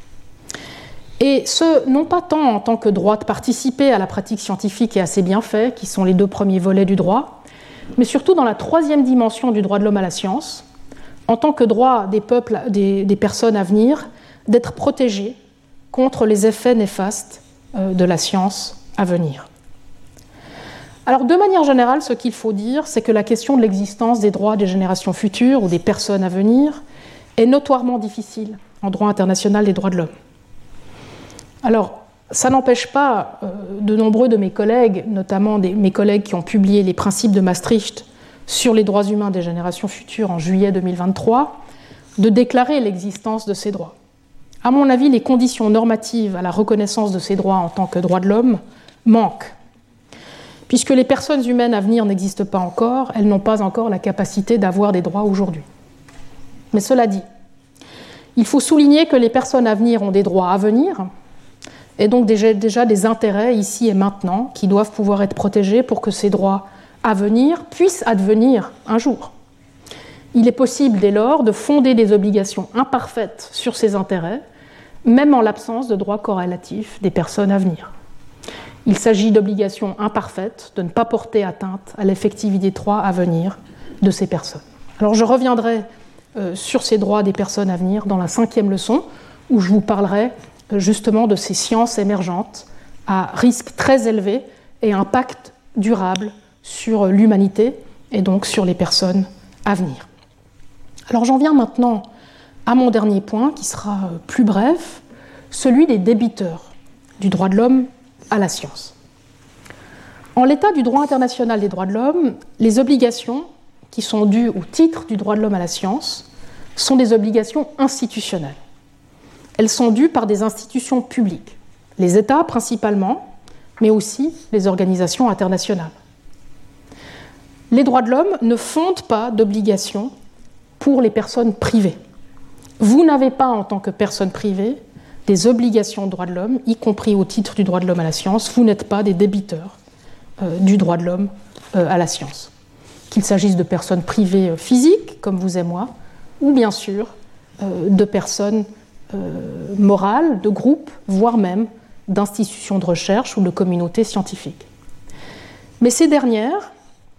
Et ce, non pas tant en tant que droit de participer à la pratique scientifique et à ses bienfaits, qui sont les deux premiers volets du droit, mais surtout dans la troisième dimension du droit de l'homme à la science, en tant que droit des peuples, des, des personnes à venir, d'être protégés contre les effets néfastes euh, de la science à venir. Alors, de manière générale, ce qu'il faut dire, c'est que la question de l'existence des droits des générations futures ou des personnes à venir est notoirement difficile en droit international des droits de l'homme. Alors, ça n'empêche pas euh, de nombreux de mes collègues, notamment des, mes collègues qui ont publié les principes de Maastricht sur les droits humains des générations futures en juillet deux mille vingt-trois, de déclarer l'existence de ces droits. À mon avis, les conditions normatives à la reconnaissance de ces droits en tant que droits de l'homme manquent. Puisque les personnes humaines à venir n'existent pas encore, elles n'ont pas encore la capacité d'avoir des droits aujourd'hui. Mais cela dit, il faut souligner que les personnes à venir ont des droits à venir, et donc déjà, déjà des intérêts ici et maintenant qui doivent pouvoir être protégés pour que ces droits à venir puissent advenir un jour. Il est possible dès lors de fonder des obligations imparfaites sur ces intérêts, même en l'absence de droits corrélatifs des personnes à venir. Il s'agit d'obligations imparfaites de ne pas porter atteinte à l'effectivité des droits à venir de ces personnes. Alors je reviendrai euh, sur ces droits des personnes à venir dans la cinquième leçon, où je vous parlerai justement de ces sciences émergentes à risque très élevé et impact durable sur l'humanité et donc sur les personnes à venir. Alors j'en viens maintenant à mon dernier point qui sera plus bref, celui des débiteurs du droit de l'homme à la science. En l'état du droit international des droits de l'homme, les obligations qui sont dues au titre du droit de l'homme à la science sont des obligations institutionnelles. Elles sont dues par des institutions publiques, les États principalement, mais aussi les organisations internationales. Les droits de l'homme ne fondent pas d'obligations pour les personnes privées. Vous n'avez pas, en tant que personne privée, des obligations de droits de l'homme, y compris au titre du droit de l'homme à la science. Vous n'êtes pas des débiteurs euh, du droit de l'homme euh, à la science. Qu'il s'agisse de personnes privées euh, physiques, comme vous et moi, ou bien sûr euh, de personnes euh, morales, de groupes, voire même d'institutions de recherche ou de communautés scientifiques. Mais ces dernières,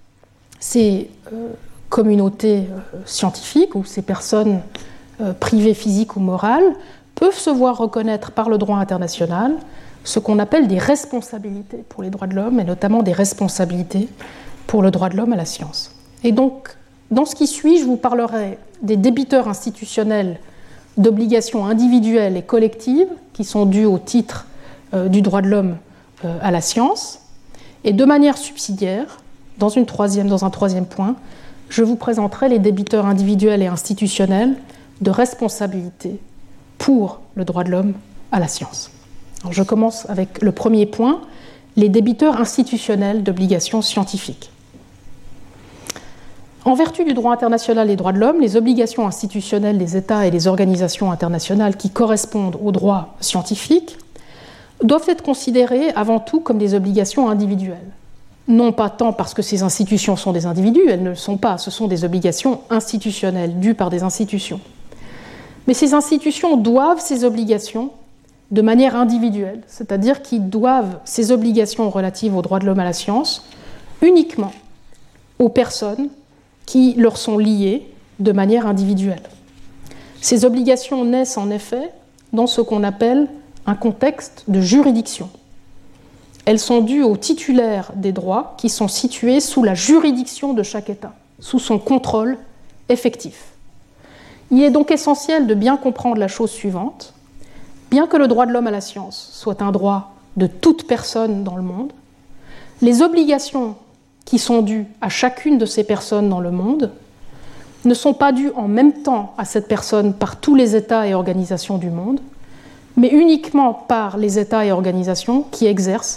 ces euh, communautés euh, scientifiques ou ces personnes euh, privées, physiques ou morales, peuvent se voir reconnaître par le droit international ce qu'on appelle des responsabilités pour les droits de l'homme, et notamment des responsabilités pour le droit de l'homme à la science. Et donc, dans ce qui suit, je vous parlerai des débiteurs institutionnels d'obligations individuelles et collectives qui sont dues au titre euh, du droit de l'homme euh, à la science, et de manière subsidiaire, dans, une troisième, dans un troisième point, je vous présenterai les débiteurs individuels et institutionnels de responsabilité pour le droit de l'homme à la science. Alors je commence avec le premier point, les débiteurs institutionnels d'obligations scientifiques. En vertu du droit international des droits de l'homme, les obligations institutionnelles des États et des organisations internationales qui correspondent au droit scientifique doivent être considérées avant tout comme des obligations individuelles. Non pas tant parce que ces institutions sont des individus, elles ne le sont pas, ce sont des obligations institutionnelles dues par des institutions. Mais ces institutions doivent ces obligations de manière individuelle, c'est-à-dire qu'ils doivent ces obligations relatives aux droits de l'homme à la science uniquement aux personnes qui leur sont liées de manière individuelle. Ces obligations naissent en effet dans ce qu'on appelle un contexte de juridiction. Elles sont dues aux titulaires des droits qui sont situés sous la juridiction de chaque État, sous son contrôle effectif. Il est donc essentiel de bien comprendre la chose suivante. Bien que le droit de l'homme à la science soit un droit de toute personne dans le monde, les obligations qui sont dues à chacune de ces personnes dans le monde ne sont pas dues en même temps à cette personne par tous les États et organisations du monde, mais uniquement par les États et organisations qui exercent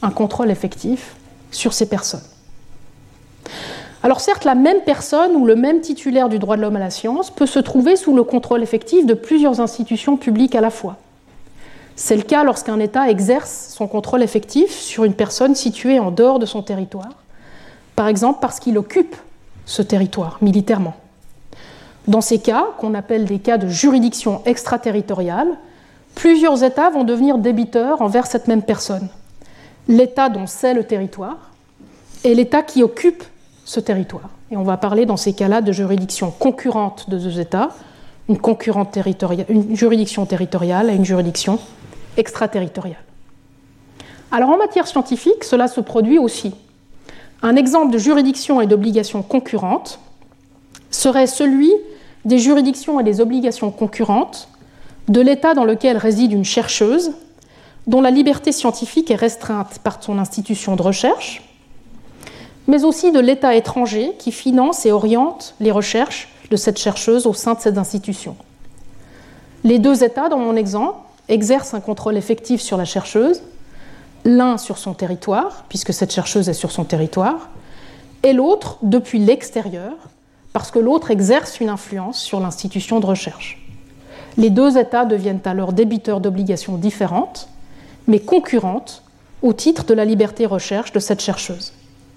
un contrôle effectif sur ces personnes. Alors certes, la même personne ou le même titulaire du droit de l'homme à la science peut se trouver sous le contrôle effectif de plusieurs institutions publiques à la fois. C'est le cas lorsqu'un État exerce son contrôle effectif sur une personne située en dehors de son territoire, par exemple parce qu'il occupe ce territoire militairement. Dans ces cas, qu'on appelle des cas de juridiction extraterritoriale, plusieurs États vont devenir débiteurs envers cette même personne. L'État dont c'est le territoire et l'État qui occupe ce territoire. Et on va parler dans ces cas-là de juridiction concurrente de deux États, une, concurrente territoriale, une juridiction territoriale et une juridiction extraterritoriale. Alors en matière scientifique, cela se produit aussi. Un exemple de juridiction et d'obligation concurrente serait celui des juridictions et des obligations concurrentes de l'État dans lequel réside une chercheuse dont la liberté scientifique est restreinte par son institution de recherche, mais aussi de l'État étranger qui finance et oriente les recherches de cette chercheuse au sein de cette institution. Les deux États, dans mon exemple, exercent un contrôle effectif sur la chercheuse, l'un sur son territoire, puisque cette chercheuse est sur son territoire, et l'autre depuis l'extérieur, parce que l'autre exerce une influence sur l'institution de recherche. Les deux États deviennent alors débiteurs d'obligations différentes, mais concurrentes au titre de la liberté recherche de cette chercheuse.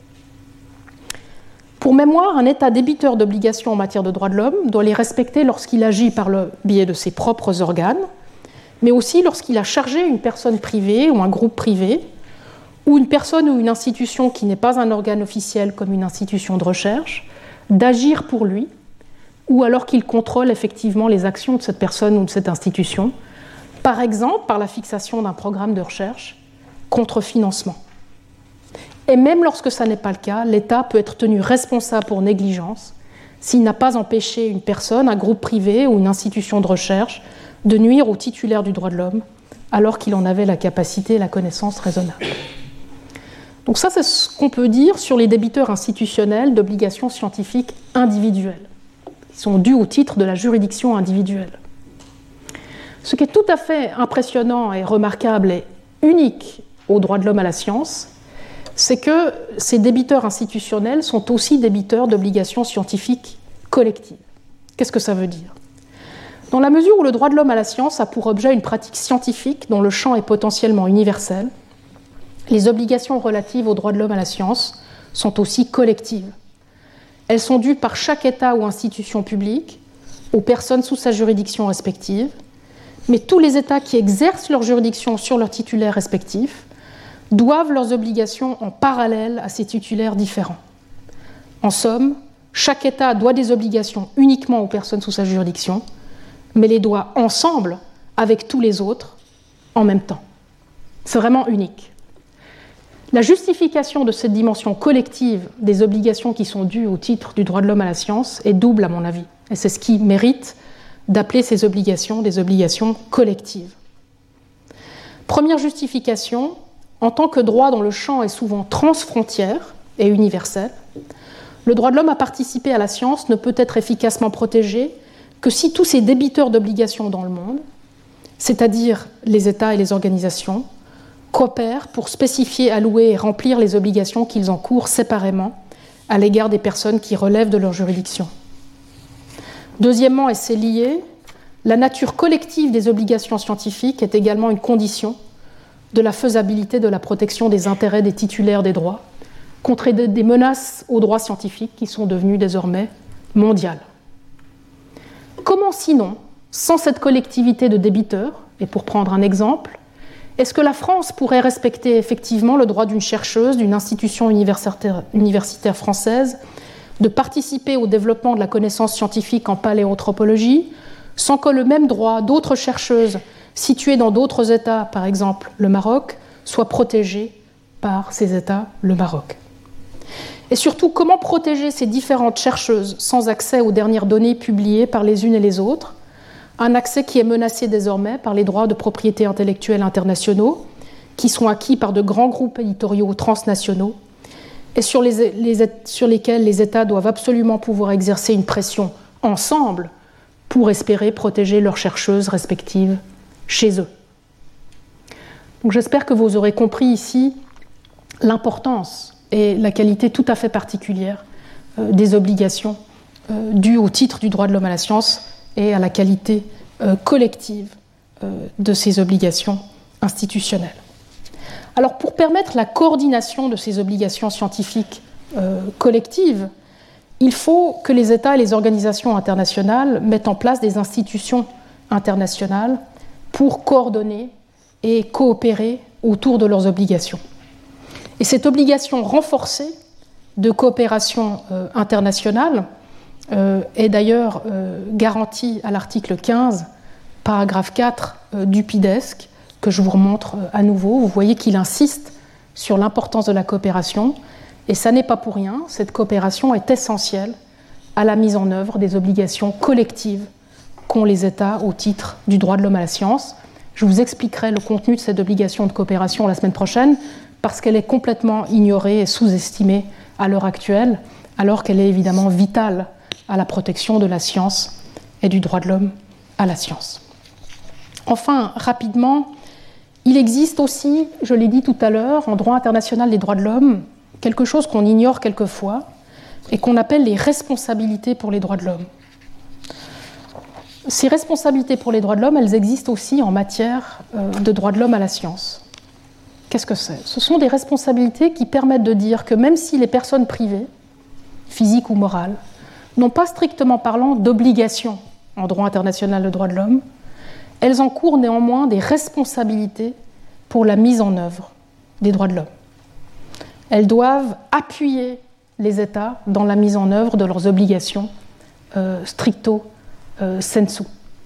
Pour mémoire, un État débiteur d'obligations en matière de droits de l'homme doit les respecter lorsqu'il agit par le biais de ses propres organes, mais aussi lorsqu'il a chargé une personne privée ou un groupe privé, ou une personne ou une institution qui n'est pas un organe officiel comme une institution de recherche, d'agir pour lui, ou alors qu'il contrôle effectivement les actions de cette personne ou de cette institution, par exemple par la fixation d'un programme de recherche contre financement. Et même lorsque ça n'est pas le cas, l'État peut être tenu responsable pour négligence s'il n'a pas empêché une personne, un groupe privé ou une institution de recherche de nuire au titulaire du droit de l'homme alors qu'il en avait la capacité et la connaissance raisonnable. Donc ça, c'est ce qu'on peut dire sur les débiteurs institutionnels d'obligations scientifiques individuelles, qui sont dues au titre de la juridiction individuelle. Ce qui est tout à fait impressionnant et remarquable et unique au droit de l'homme à la science, c'est que ces débiteurs institutionnels sont aussi débiteurs d'obligations scientifiques collectives. Qu'est-ce que ça veut dire ? Dans la mesure où le droit de l'homme à la science a pour objet une pratique scientifique dont le champ est potentiellement universel, les obligations relatives au droit de l'homme à la science sont aussi collectives. Elles sont dues par chaque État ou institution publique aux personnes sous sa juridiction respective, mais tous les États qui exercent leur juridiction sur leurs titulaires respectifs doivent leurs obligations en parallèle à ces titulaires différents. En somme, chaque État doit des obligations uniquement aux personnes sous sa juridiction, mais les doit ensemble avec tous les autres en même temps. C'est vraiment unique. La justification de cette dimension collective des obligations qui sont dues au titre du droit de l'homme à la science est double à mon avis, et c'est ce qui mérite d'appeler ces obligations des obligations collectives. Première justification, en tant que droit dont le champ est souvent transfrontière et universel, le droit de l'homme à participer à la science ne peut être efficacement protégé que si tous ces débiteurs d'obligations dans le monde, c'est-à-dire les États et les organisations, coopèrent pour spécifier, allouer et remplir les obligations qu'ils encourent séparément à l'égard des personnes qui relèvent de leur juridiction. Deuxièmement, et c'est lié, la nature collective des obligations scientifiques est également une condition de la faisabilité de la protection des intérêts des titulaires des droits contre des menaces aux droits scientifiques qui sont devenues désormais mondiales. Comment sinon, sans cette collectivité de débiteurs, et pour prendre un exemple, est-ce que la France pourrait respecter effectivement le droit d'une chercheuse, d'une institution universitaire, universitaire française, de participer au développement de la connaissance scientifique en paléoanthropologie, sans que le même droit d'autres chercheuses situées dans d'autres États, par exemple le Maroc, soit protégé par ces États, le Maroc? Et surtout, comment protéger ces différentes chercheuses sans accès aux dernières données publiées par les unes et les autres, un accès qui est menacé désormais par les droits de propriété intellectuelle internationaux, qui sont acquis par de grands groupes éditoriaux transnationaux, et sur, les, les, sur lesquels les États doivent absolument pouvoir exercer une pression ensemble pour espérer protéger leurs chercheuses respectives chez eux. Donc j'espère que vous aurez compris ici l'importance et la qualité tout à fait particulière euh, des obligations euh, dues au titre du droit de l'homme à la science et à la qualité euh, collective euh, de ces obligations institutionnelles. Alors, pour permettre la coordination de ces obligations scientifiques euh, collectives, il faut que les États et les organisations internationales mettent en place des institutions internationales pour coordonner et coopérer autour de leurs obligations. Et cette obligation renforcée de coopération euh, internationale euh, est d'ailleurs euh, garantie à l'article quinze, paragraphe quatre euh, du P I D E S C, que je vous remontre euh, à nouveau. Vous voyez qu'il insiste sur l'importance de la coopération, et ça n'est pas pour rien. Cette coopération est essentielle à la mise en œuvre des obligations collectives qu'ont les États au titre du droit de l'homme à la science. Je vous expliquerai le contenu de cette obligation de coopération la semaine prochaine, parce qu'elle est complètement ignorée et sous-estimée à l'heure actuelle, alors qu'elle est évidemment vitale à la protection de la science et du droit de l'homme à la science. Enfin, rapidement, il existe aussi, je l'ai dit tout à l'heure, en droit international des droits de l'homme, quelque chose qu'on ignore quelquefois et qu'on appelle les responsabilités pour les droits de l'homme. Ces responsabilités pour les droits de l'homme, elles existent aussi en matière de droits de l'homme à la science. Qu'est-ce que c'est ? Ce sont des responsabilités qui permettent de dire que même si les personnes privées, physiques ou morales, n'ont pas strictement parlant d'obligations en droit international de droits de l'homme, elles encourent néanmoins des responsabilités pour la mise en œuvre des droits de l'homme. Elles doivent appuyer les États dans la mise en œuvre de leurs obligations euh, stricto euh, sensu.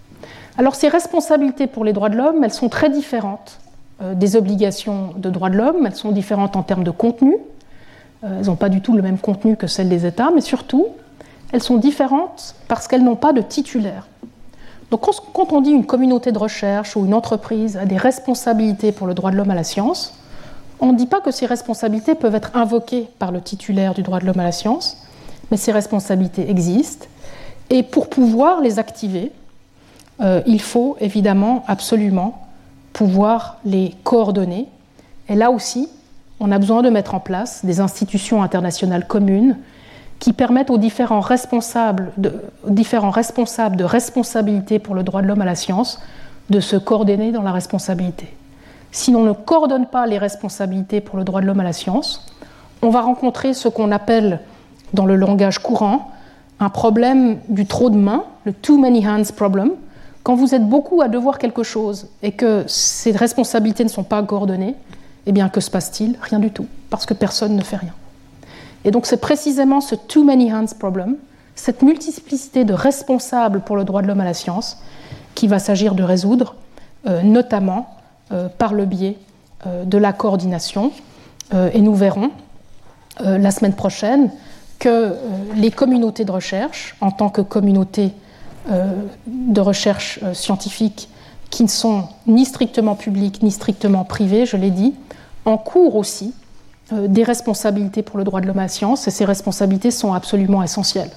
Alors ces responsabilités pour les droits de l'homme, elles sont très différentes euh, des obligations de droits de l'homme. Elles sont différentes en termes de contenu. Euh, elles n'ont pas du tout le même contenu que celles des États, mais surtout, elles sont différentes parce qu'elles n'ont pas de titulaire. Donc quand on dit une communauté de recherche ou une entreprise a des responsabilités pour le droit de l'homme à la science, on ne dit pas que ces responsabilités peuvent être invoquées par le titulaire du droit de l'homme à la science, mais ces responsabilités existent. Et pour pouvoir les activer, euh, il faut évidemment absolument pouvoir les coordonner. Et là aussi, on a besoin de mettre en place des institutions internationales communes qui permettent aux différents responsables de, aux différents responsables de responsabilité pour le droit de l'homme à la science de se coordonner dans la responsabilité. Si l'on ne coordonne pas les responsabilités pour le droit de l'homme à la science, on va rencontrer ce qu'on appelle, dans le langage courant, un problème du trop de mains, le too many hands problem. Quand vous êtes beaucoup à devoir quelque chose et que ces responsabilités ne sont pas coordonnées, eh bien, que se passe-t-il ? Rien du tout, parce que personne ne fait rien. Et donc c'est précisément ce too many hands problem, cette multiplicité de responsables pour le droit de l'homme à la science, qui va s'agir de résoudre, euh, notamment euh, par le biais euh, de la coordination. Euh, et nous verrons euh, la semaine prochaine que euh, les communautés de recherche, en tant que communautés euh, de recherche euh, scientifique, qui ne sont ni strictement publiques ni strictement privées, je l'ai dit, encourent aussi euh, des responsabilités pour le droit de l'homme à la science, et ces responsabilités sont absolument essentielles.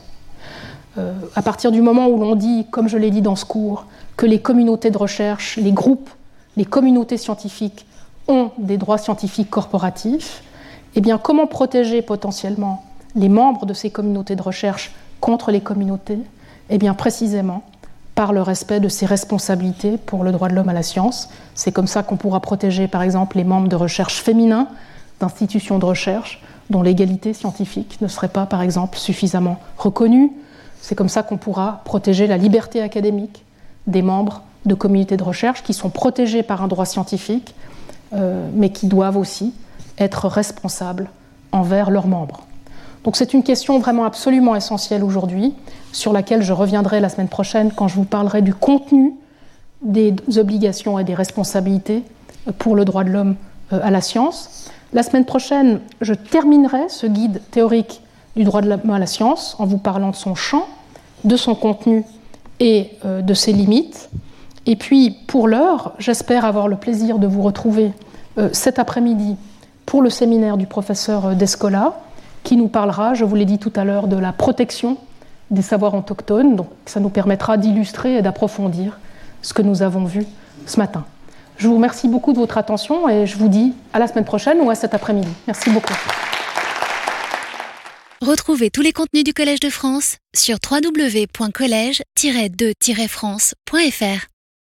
Euh, à partir du moment où l'on dit, comme je l'ai dit dans ce cours, que les communautés de recherche, les groupes, les communautés scientifiques ont des droits scientifiques corporatifs, eh bien, comment protéger potentiellement les membres de ces communautés de recherche contre les communautés ? Eh bien, précisément par le respect de ces responsabilités pour le droit de l'homme à la science. C'est comme ça qu'on pourra protéger, par exemple, les membres de recherche féminins d'institutions de recherche dont l'égalité scientifique ne serait pas, par exemple, suffisamment reconnue. C'est comme ça qu'on pourra protéger la liberté académique des membres de communautés de recherche qui sont protégés par un droit scientifique, euh, mais qui doivent aussi être responsables envers leurs membres. Donc c'est une question vraiment absolument essentielle aujourd'hui, sur laquelle je reviendrai la semaine prochaine quand je vous parlerai du contenu des obligations et des responsabilités pour le droit de l'homme à la science. La semaine prochaine, je terminerai ce guide théorique du droit de l'homme à la science en vous parlant de son champ, de son contenu et de ses limites. Et puis, pour l'heure, j'espère avoir le plaisir de vous retrouver cet après-midi pour le séminaire du professeur Descola, qui nous parlera, je vous l'ai dit tout à l'heure, de la protection des savoirs autochtones. Donc ça nous permettra d'illustrer et d'approfondir ce que nous avons vu ce matin. Je vous remercie beaucoup de votre attention et je vous dis à la semaine prochaine ou à cet après-midi. Merci beaucoup. Retrouvez tous les contenus du Collège de France sur w w w point collège tiret de tiret france point f r.